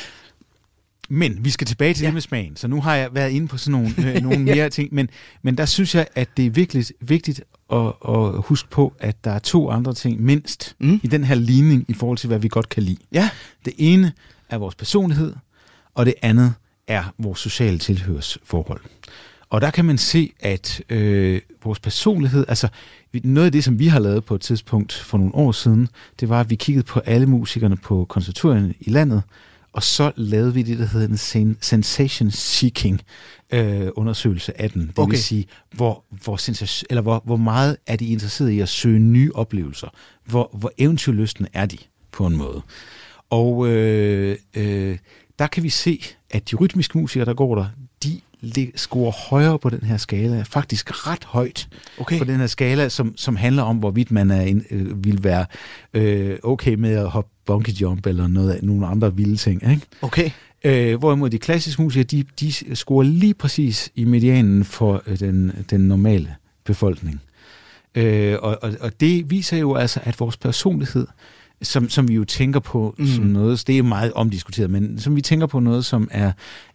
men vi skal tilbage til ja. det med smagen. Så nu har jeg været inde på sådan nogle, øh, nogle mere ja. ting. Men, men der synes jeg, at det er virkelig vigtigt at, at huske på, at der er to andre ting mindst mm. i den her ligning i forhold til, hvad vi godt kan lide. Ja. Det ene er vores personlighed, og det andet er vores sociale tilhørsforhold. Og der kan man se, at øh, vores personlighed, altså noget af det, som vi har lavet på et tidspunkt for nogle år siden, det var, at vi kiggede på alle musikerne på konservatorierne i landet, og så lavede vi det, der hedder en sensation seeking øh, undersøgelse af den. Det okay. vil sige, hvor, hvor, sensation, eller hvor, hvor meget er de interesseret i at søge nye oplevelser? Hvor, hvor eventyrlystne er de på en måde? Og øh, øh, der kan vi se, at de rytmiske musikere, der går der, de scorer højere på den her skala, faktisk ret højt okay. på den her skala, som, som handler om, hvorvidt man er en, øh, vil være øh, okay med at hoppe bungee jump eller noget, nogle andre vilde ting. Ikke? Okay. Øh, hvorimod de klassiske musikere, de, de scorer lige præcis i medianen for øh, den, den normale befolkning. Øh, og, og, og det viser jo altså, at vores personlighed, Som, som vi jo tænker på mm. som noget, det er meget omdiskuteret, men som vi tænker på noget, som er,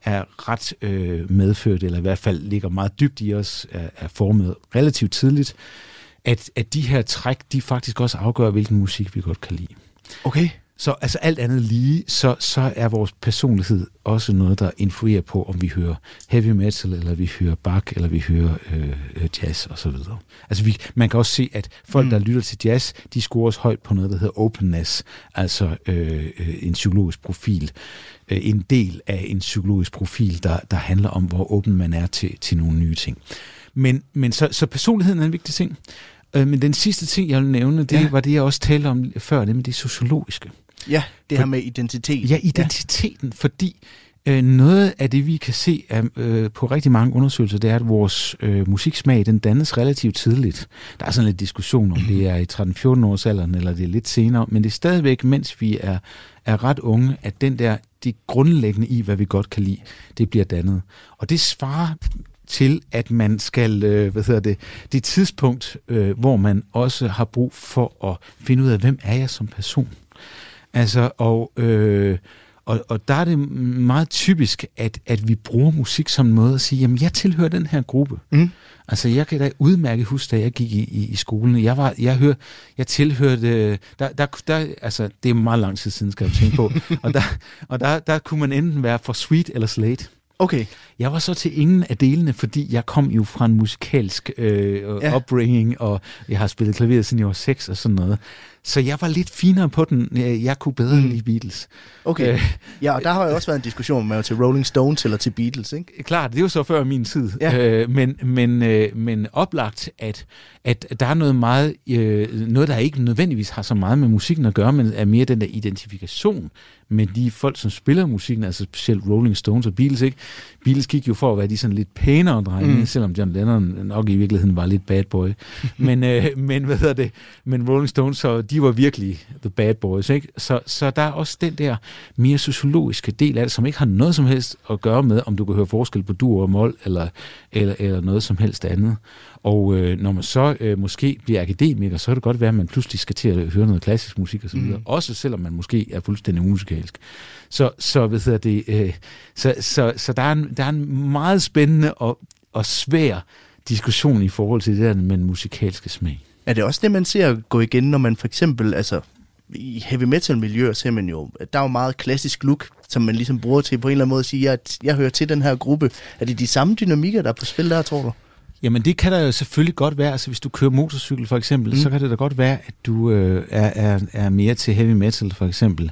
er ret øh, medført, eller i hvert fald ligger meget dybt i os, er, er formet relativt tidligt, at, at de her træk, de faktisk også afgør, hvilken musik vi godt kan lide. Okay. Så altså alt andet lige, så, så er vores personlighed også noget, der influerer på, om vi hører heavy metal, eller vi hører Bach, eller vi hører øh, jazz osv. Altså vi, man kan også se, at folk, mm. der lytter til jazz, de scorer også højt på noget, der hedder openness, altså øh, en psykologisk profil. Øh, en del af en psykologisk profil, der, der handler om, hvor åben man er til, til nogle nye ting. Men, men så, så personligheden er en vigtig ting. Øh, men den sidste ting, jeg vil nævne, det ja. var det, jeg også talte om før, nemlig det sociologiske. Ja, det For, her med identitet. Ja, identiteten, ja. fordi øh, noget af det, vi kan se af, øh, på rigtig mange undersøgelser, det er, at vores øh, musiksmag, den dannes relativt tidligt. Der er sådan lidt diskussion om, det er i tretten-fjorten års alderen, eller det er lidt senere, men det er stadigvæk, mens vi er, er ret unge, at den der, det grundlæggende i, hvad vi godt kan lide, det bliver dannet. Og det svarer til, at man skal, øh, hvad hedder det, det tidspunkt, øh, hvor man også har brug for at finde ud af, hvem er jeg som person. Altså, og, øh, og, og der er det meget typisk, at, at vi bruger musik som en måde at sige, jamen, jeg tilhører den her gruppe. Mm. Altså, jeg kan da udmærket huske, da jeg gik i, i, i skolen. Jeg var, jeg hør, jeg tilhørte, der, der, der, altså, det er meget lang tid siden, skal jeg tænke på, og der, og der, der kunne man enten være for Sweet eller Slade. Okay. Jeg var så til ingen af delene, fordi jeg kom jo fra en musikalsk øh, ja. upbringing, og jeg har spillet klaver siden jeg var seks og sådan noget. Så jeg var lidt finere på den. Jeg kunne bedre mm. lide Beatles. Okay. Øh, ja, og der har jo også været en diskussion med til Rolling Stones eller til Beatles, ikke? Klart, det er jo så før min tid. Ja. Øh, men, men, øh, men oplagt, at, at der er noget meget, øh, noget der ikke nødvendigvis har så meget med musikken at gøre, men er mere den der identifikation med de folk, som spiller musikken, altså specielt Rolling Stones og Beatles, ikke? Beatles gik jo for at være de sådan lidt pænere drenge, mm. selvom John Lennon nok i virkeligheden var lidt bad boy. men, øh, men hvad hedder det? Men Rolling Stones, så de var virkelig the bad boys, ikke? Så, så der er også den der mere sociologiske del af det, som ikke har noget som helst at gøre med, om du kan høre forskel på dur og mol, eller, eller, eller noget som helst andet. Og øh, når man så øh, måske bliver akademiker, så kan det godt være, at man pludselig skal til at høre noget klassisk musik og så videre. Mm. Også selvom man måske er fuldstændig musikalsk. Så, så, hvad hedder det, øh, så, så, så der, er en, der er en meget spændende og, og svær diskussion i forhold til det der med den musikalske smag. Er det også det, man ser gå igen, når man for eksempel, altså i heavy metal miljøer ser man jo, at der er jo meget klassisk look, som man ligesom bruger til på en eller anden måde at sige, at jeg hører til den her gruppe. Er det de samme dynamikker, der er på spil der, tror du? Jamen det kan der jo selvfølgelig godt være. Altså hvis du kører motorcykel for eksempel, mm. så kan det da godt være, at du øh, er, er, er mere til heavy metal for eksempel.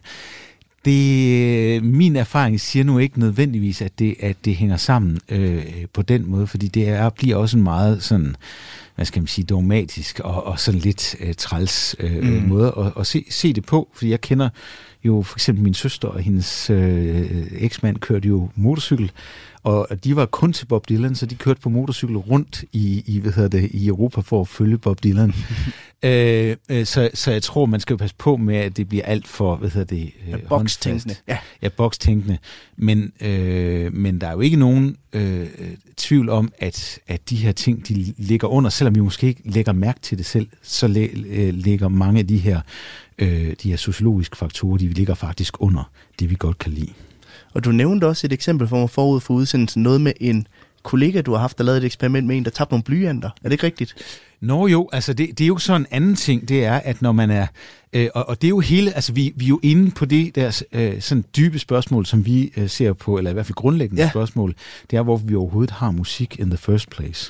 Det, min erfaring siger nu ikke nødvendigvis, at det, at det hænger sammen øh, på den måde, fordi det er, bliver også en meget sådan, hvad skal man sige, dogmatisk og, og sådan lidt øh, træls øh, mm. måde at, at se, se det på, fordi jeg kender jo for eksempel min søster og hendes øh, eksmand kørte jo motorcykel, og de var kun til Bob Dylan, så de kørte på motorcykel rundt i, i, hvad hedder det, i Europa for at følge Bob Dylan. øh, øh, så, så jeg tror, man skal jo passe på med, at det bliver alt for, hvad hedder det, øh, ja, bokstænkende. Ja, ja bokstænkende. Men, øh, men der er jo ikke nogen øh, tvivl om, at, at de her ting, de ligger under, selvom vi måske ikke lægger mærke til det selv, så læ, øh, ligger mange af de her, øh, de her sociologiske faktorer, de ligger faktisk under det, vi godt kan lide. Og du nævnte også et eksempel for mig forud for udsendelsen, noget med en kollega, du har haft, der lavede et eksperiment med en, der tabte nogle blyanter. Er det ikke rigtigt? Nå jo, altså det, det er jo sådan en anden ting, det er, at når man er, øh, og, og det er jo hele, altså vi, vi er jo inde på det der øh, sådan dybe spørgsmål, som vi øh, ser på, eller i hvert fald grundlæggende ja. spørgsmål, det er, hvorfor vi overhovedet har musik in the first place.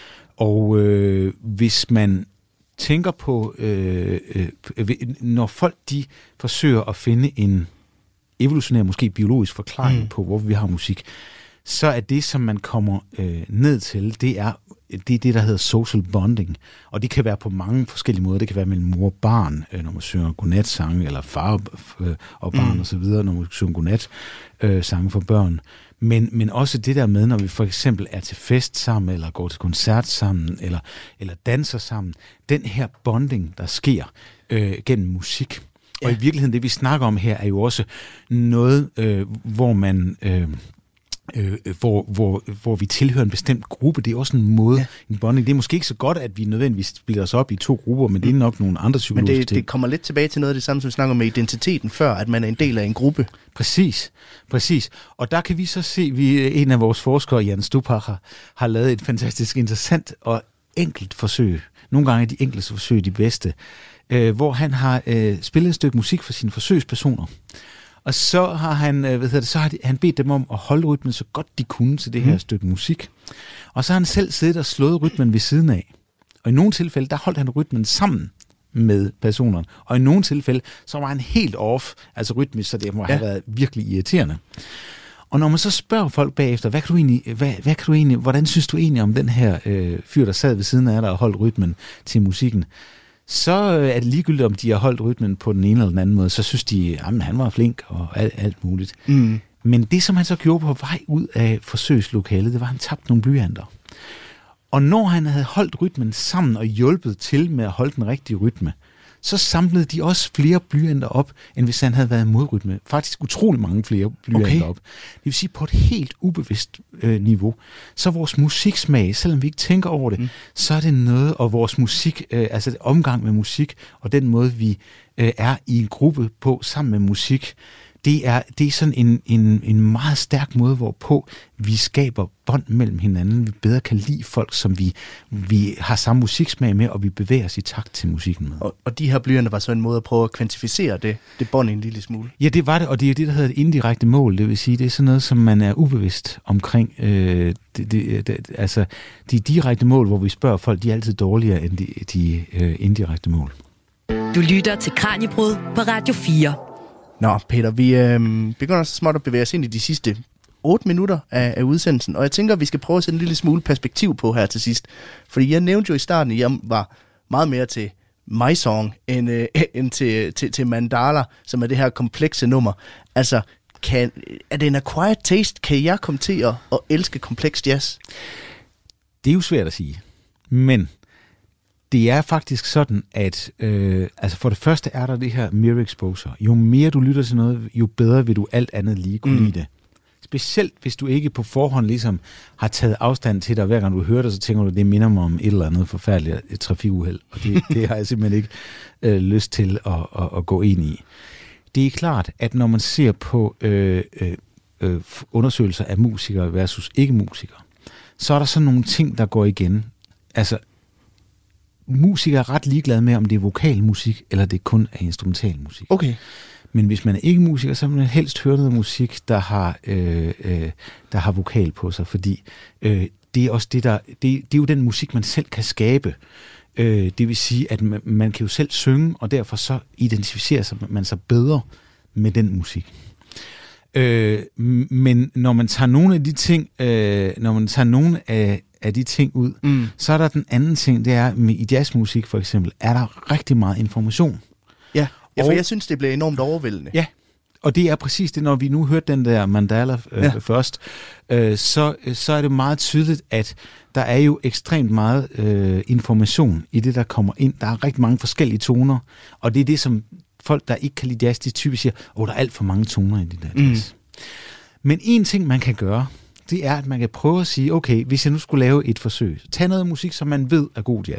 Og øh, hvis man tænker på, øh, øh, når folk de forsøger at finde en evolutionær, måske biologisk forklaring mm. på, hvorfor vi har musik, så er det, som man kommer øh, ned til, det er det, er det, der hedder social bonding. Og det kan være på mange forskellige måder. Det kan være mellem mor og barn, øh, når man synger godnatsange, eller far øh, og barn mm. og så videre, når man synger godnatsange øh, sange for børn. Men, men også det der med, når vi for eksempel er til fest sammen, eller går til koncert sammen, eller, eller danser sammen. Den her bonding, der sker øh, gennem musik. Ja. Og i virkeligheden, det vi snakker om her, er jo også noget, øh, hvor man... Øh, Øh, hvor, hvor, hvor vi tilhører en bestemt gruppe. Det er også en måde, ja. en bonding. Det er måske ikke så godt, at vi nødvendigvis splitter os op i to grupper, men det er nok nogle andre psykologiske ting. Men det, det kommer lidt tilbage til noget af det samme, som vi snakker om med identiteten før, at man er en del af en gruppe. Præcis, præcis. Og der kan vi så se, vi en af vores forskere, Jan Stupacher, har, har lavet et fantastisk interessant og enkelt forsøg. Nogle gange er de enkelte forsøg de bedste, øh, hvor han har øh, spillet et stykke musik for sine forsøgspersoner. Og så har han, hvad hedder det, så har han bedt dem om at holde rytmen så godt de kunne til det her mm. stykke musik. Og så har han selv siddet og slået rytmen ved siden af. Og i nogle tilfælde, der holdt han rytmen sammen med personerne. Og i nogle tilfælde, så var han helt off, altså rytmisk, så det må ja. have været virkelig irriterende. Og når man så spørger folk bagefter, hvad kan du egentlig, hvad, hvad kan du egentlig, hvordan synes du egentlig om den her øh, fyr, der sad ved siden af dig og holdt rytmen til musikken? Så er det ligegyldigt, om de har holdt rytmen på den ene eller den anden måde, så synes de, at han var flink og alt, alt muligt. Mm. Men det, som han så gjorde på vej ud af forsøgslokalet, det var, at han tabte nogle blyanter. Og når han havde holdt rytmen sammen og hjulpet til med at holde den rigtige rytme, så samlede de også flere blyanter op, end hvis han havde været modrytme. Faktisk utrolig mange flere blyanter okay. op. Det vil sige, på et helt ubevidst øh, niveau. Så vores musiksmag, selvom vi ikke tænker over det, mm. så er det noget, og vores musik, øh, altså det omgang med musik, og den måde, vi øh, er i en gruppe på sammen med musik, det er, det er sådan en, en, en meget stærk måde, hvorpå vi skaber bånd mellem hinanden. Vi bedre kan lide folk, som vi, vi har samme musiksmag med, og vi bevæger os i takt til musikken med. Og, og de her blyanter var så en måde at prøve at kvantificere det, det bånd en lille smule? Ja, det var det, og det er det, der hedder et indirekte mål. Det vil sige, det er sådan noget, som man er ubevidst omkring. Øh, det, det, det, altså, de direkte mål, hvor vi spørger folk, de er altid dårligere end de, de øh, indirekte mål. Du lytter til Kraniebrud på Radio fire. Nå, Peter, vi øh, begynder så småt at bevæge os ind i de sidste otte minutter af, af udsendelsen, og jeg tænker, at vi skal prøve at sætte en lille smule perspektiv på her til sidst. Fordi jeg nævnte jo i starten, at jeg var meget mere til My Song, end, øh, end til, til, til Mandala, som er det her komplekse nummer. Altså, kan, er det en acquired taste? Kan jeg komme til at, at elske kompleks jazz? Det er jo svært at sige, men... Det er faktisk sådan, at øh, altså for det første er der det her mere exposure. Jo mere du lytter til noget, jo bedre vil du alt andet lige kunne mm. lide det. Specielt hvis du ikke på forhånd ligesom har taget afstand til dig, hver gang du hører det, så tænker du, det minder mig om et eller andet forfærdeligt et trafikuheld. Og det, det har jeg simpelthen ikke øh, lyst til at, at, at gå ind i. Det er klart, at når man ser på øh, øh, undersøgelser af musikere versus ikke-musikere, så er der sådan nogle ting, der går igen. Altså, musikere er ret ligeglade med, om det er vokalmusik, eller det kun er instrumentalmusik. Okay. Men hvis man er ikke musiker, så vil man helst høre noget musik, der har, øh, øh, der har vokal på sig, fordi øh, det er også det, der, det, det er jo den musik, man selv kan skabe. Øh, det vil sige, at man, man kan jo selv synge, og derfor så identificerer sig, man sig bedre med den musik. Øh, men når man tager nogle af de ting, øh, når man tager nogle af af de ting ud, mm. så er der den anden ting, det er, med i jazzmusik for eksempel, er der rigtig meget information. Ja, ja for og, jeg synes, det bliver enormt overvældende. Ja, og det er præcis det, når vi nu hørte den der Mandala øh, ja. først, øh, så, så er det meget tydeligt, at der er jo ekstremt meget øh, information i det, der kommer ind. Der er rigtig mange forskellige toner, og det er det, som folk, der ikke kan lide jazz, de typisk siger, åh, oh, der er alt for mange toner i det der jazz. Mm. Men en ting, man kan gøre, det er, at man kan prøve at sige, okay, hvis jeg nu skulle lave et forsøg, tag noget musik, som man ved er god jazz.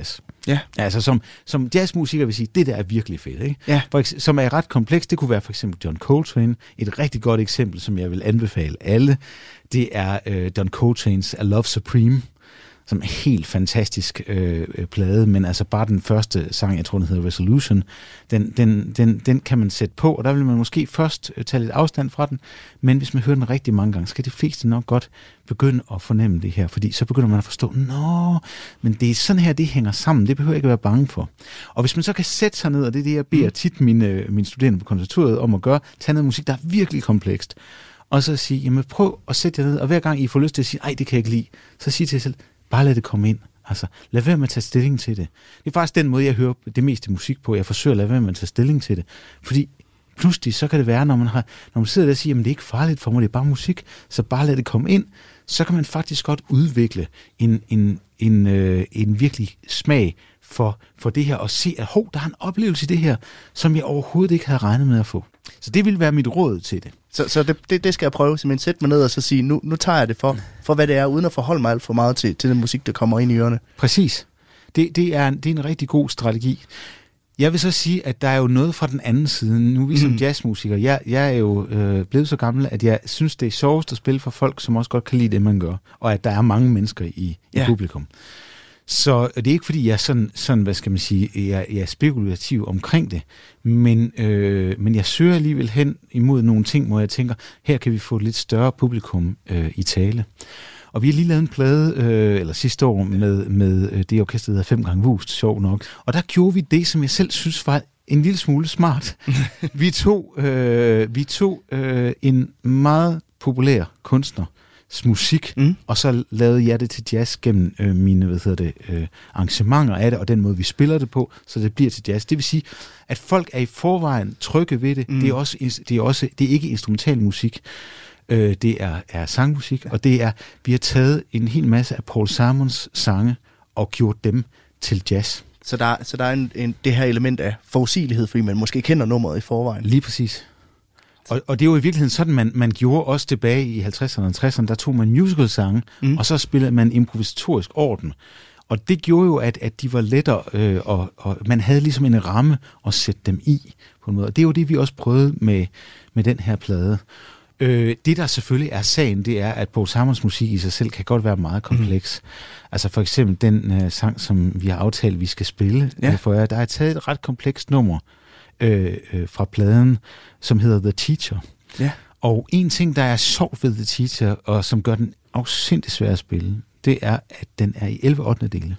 Ja. Altså som, som jazzmusiker vil sige, det der er virkelig fedt, ikke? Ja. For, som er ret komplekst. Det kunne være for eksempel John Coltrane. Et rigtig godt eksempel, som jeg vil anbefale alle, det er øh, John Coltrane's A Love Supreme, som er helt fantastisk øh, plade, men altså bare den første sang, jeg tror, den hedder Resolution, den, den, den, den kan man sætte på, og der vil man måske først øh, tage lidt afstand fra den, men hvis man hører den rigtig mange gange, skal de fleste nok godt begynde at fornemme det her, fordi så begynder man at forstå, nå, men det er sådan her, det hænger sammen, det behøver jeg ikke at være bange for. Og hvis man så kan sætte sig ned, og det er det, jeg beder tit mine, mine studerende på konservatoriet om at gøre, tage noget musik, der er virkelig komplekst, og så sige, jamen prøv at sætte jer ned, og hver gang I får lyst til at sige, ej, det kan jeg ikke lide, så sig til jer selv, bare lad det komme ind. Altså, lad være med at tage stilling til det. Det er faktisk den måde, jeg hører det meste musik på. Jeg forsøger at lade være med at tage stilling til det. Fordi pludselig, så kan det være, når man, har, når man sidder der og siger, jamen det er ikke farligt for mig, det er bare musik, så bare lad det komme ind. Så kan man faktisk godt udvikle en, en, en, øh, en virkelig smag for, for det her, og se, at hov, der er en oplevelse i det her, som jeg overhovedet ikke havde regnet med at få. Så det vil være mit råd til det. Så, så det, det, det skal jeg prøve, simpelthen sætte mig ned og så sige, nu, nu tager jeg det for, for hvad det er, uden at forholde mig alt for meget til, til den musik, der kommer ind i ørerne. Præcis. Det, det, er, det er en rigtig god strategi. Jeg vil så sige, at der er jo noget fra den anden side. Nu er vi som mm. jazzmusiker, jeg, jeg er jo øh, blevet så gammel, at jeg synes, det er sjovest at spille for folk, som også godt kan lide det, man gør. Og at der er mange mennesker i, ja. i publikum. Så det er ikke fordi, jeg er sådan, sådan hvad skal man sige, jeg, jeg er spekulativ omkring det, men, øh, men jeg søger alligevel hen imod nogle ting, hvor jeg tænker, her kan vi få et lidt større publikum øh, i tale. Og vi har lige lavet en plade, øh, eller sidste år, med, med det orkester, der hedder Fem Gange Vust, sjov nok. Og der gjorde vi det, som jeg selv synes var en lille smule smart. vi tog, øh, vi tog øh, en meget populær kunstner, musik, mm. og så lavede jeg det til jazz gennem øh, mine hvad hedder det, øh, arrangementer af det, og den måde, vi spiller det på, så det bliver til jazz. Det vil sige, at folk er i forvejen trygge ved det. Mm. Det er også, det er også, det er ikke instrumental musik. Øh, det er, er sangmusik, og det er, vi har taget en hel masse af Paul Simons sange og gjort dem til jazz. Så der, så der er en, en, det her element af forudsigelighed, fordi man måske kender nummeret i forvejen. Lige præcis. Og, og det er jo i virkeligheden sådan, man, man gjorde også tilbage i halvtredserne og tresserne, der tog man musical-sange, mm. og så spillede man improvisatorisk orden. Og det gjorde jo, at, at de var lettere, øh, og, og man havde ligesom en ramme at sætte dem i, på en måde. Og det er jo det, vi også prøvede med, med den her plade. Øh, det, der selvfølgelig er sagen, det er, at Paul Simons musik i sig selv kan godt være meget kompleks. Mm. Altså for eksempel den øh, sang, som vi har aftalt, vi skal spille ja. øh, for jer, der er taget et ret komplekst nummer, Øh, øh, fra pladen, som hedder The Teacher. Ja. Og en ting, der er sjovt ved The Teacher, og som gør den afsindigt svær at spille, det er, at den er i elleve ottendedele.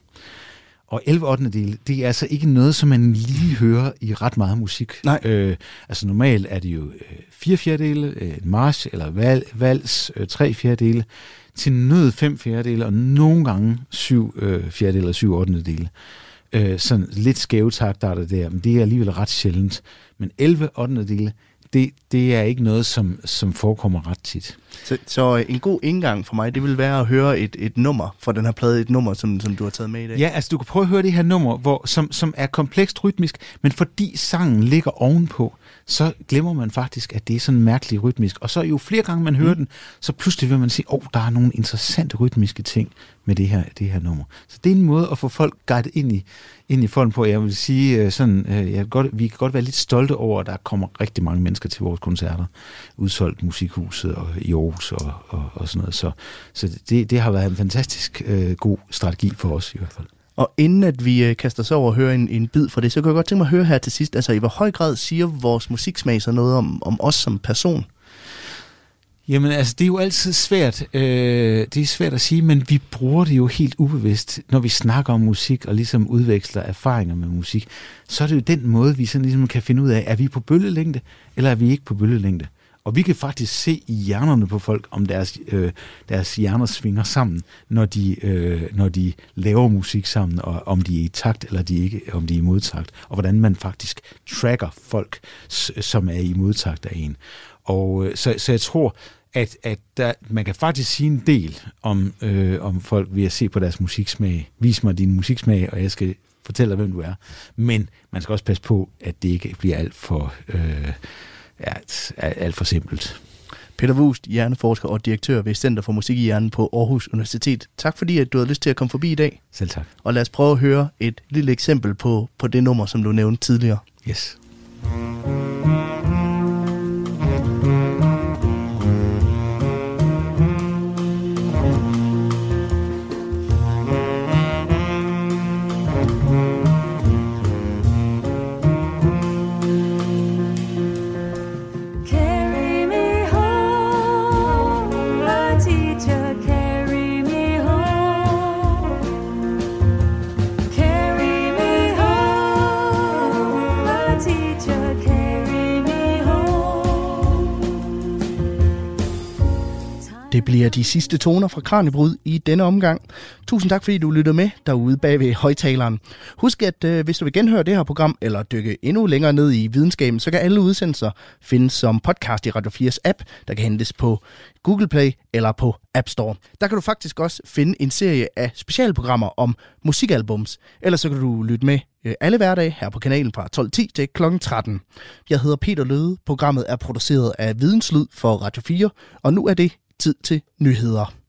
Og elleve ottendedele, det er altså ikke noget, som man lige hører i ret meget musik. Nej. Øh, altså normalt er det jo øh, fire fjerdedele, øh, march eller val, vals, øh, tre fjerdedele, til nød fem fjerdedele, og nogle gange syv øh, fjerdedele og syv ottendedele. Øh, sådan lidt skæve taktarter der, men det er alligevel ret sjældent. Men elleve ottendedele, det, det er ikke noget, som, som forekommer ret tit. Så, så en god indgang for mig, det vil være at høre et, et nummer fra den her plade, et nummer, som, som du har taget med i dag. Ja, altså du kan prøve at høre det her nummer, hvor, som, som er komplekst rytmisk, men fordi sangen ligger ovenpå, så glemmer man faktisk, at det er sådan mærkeligt rytmisk. Og så jo flere gange man hører mm. den, så pludselig vil man sige, åh, oh, der er nogle interessante rytmiske ting med det her, det her nummer. Så det er en måde at få folk guidet ind i, ind i folden på. Jeg vil sige sådan, jeg kan godt, vi kan godt være lidt stolte over, at der kommer rigtig mange mennesker til vores koncerter. Udsolgt Musikhuset og i Aarhus og, og, og sådan noget. Så, så det, det har været en fantastisk øh, god strategi for os i hvert fald. Og inden at vi øh, kaster os over og hører en, en bid fra det, så kan jeg godt tænke mig at høre her til sidst, altså i hvor høj grad siger vores musiksmag så noget om, om os som person? Jamen altså, det er jo altid svært, øh, det er svært at sige, men vi bruger det jo helt ubevidst, når vi snakker om musik og ligesom udveksler erfaringer med musik, så er det jo den måde, vi sådan ligesom kan finde ud af, er vi på bølgelængde, eller er vi ikke på bølgelængde? Og vi kan faktisk se i hjernerne på folk, om deres, øh, deres hjerner svinger sammen, når de, øh, når de laver musik sammen, og om de er i takt, eller de ikke, om de er i modtakt, og hvordan man faktisk tracker folk, som er i modtakt af en. Og så, så jeg tror, at, at der, man kan faktisk sige en del om, øh, om folk ved at se på deres musiksmag. Vis mig din musiksmag, og jeg skal fortælle dig, hvem du er. Men man skal også passe på, at det ikke bliver alt for... Øh, Ja, alt for simpelt. Peter Vuust, hjerneforsker og direktør ved Center for Musik i Hjernen på Aarhus Universitet. Tak fordi, at du havde lyst til at komme forbi i dag. Selv tak. Og lad os prøve at høre et lille eksempel på, på det nummer, som du nævnte tidligere. Yes. Det bliver de sidste toner fra Kraniebrud i denne omgang. Tusind tak, fordi du lyttede med derude bag ved højtaleren. Husk, at øh, hvis du vil genhøre det her program, eller dykke endnu længere ned i videnskaben, så kan alle udsendelser findes som podcast i Radio fires app, der kan hentes på Google Play eller på App Store. Der kan du faktisk også finde en serie af specialprogrammer om musikalbums. Ellers så kan du lytte med øh, alle hverdage her på kanalen fra tolv ti til klokken tretten. Jeg hedder Peter Løde. Programmet er produceret af Videnslyd for Radio fire, og nu er det tid til nyheder.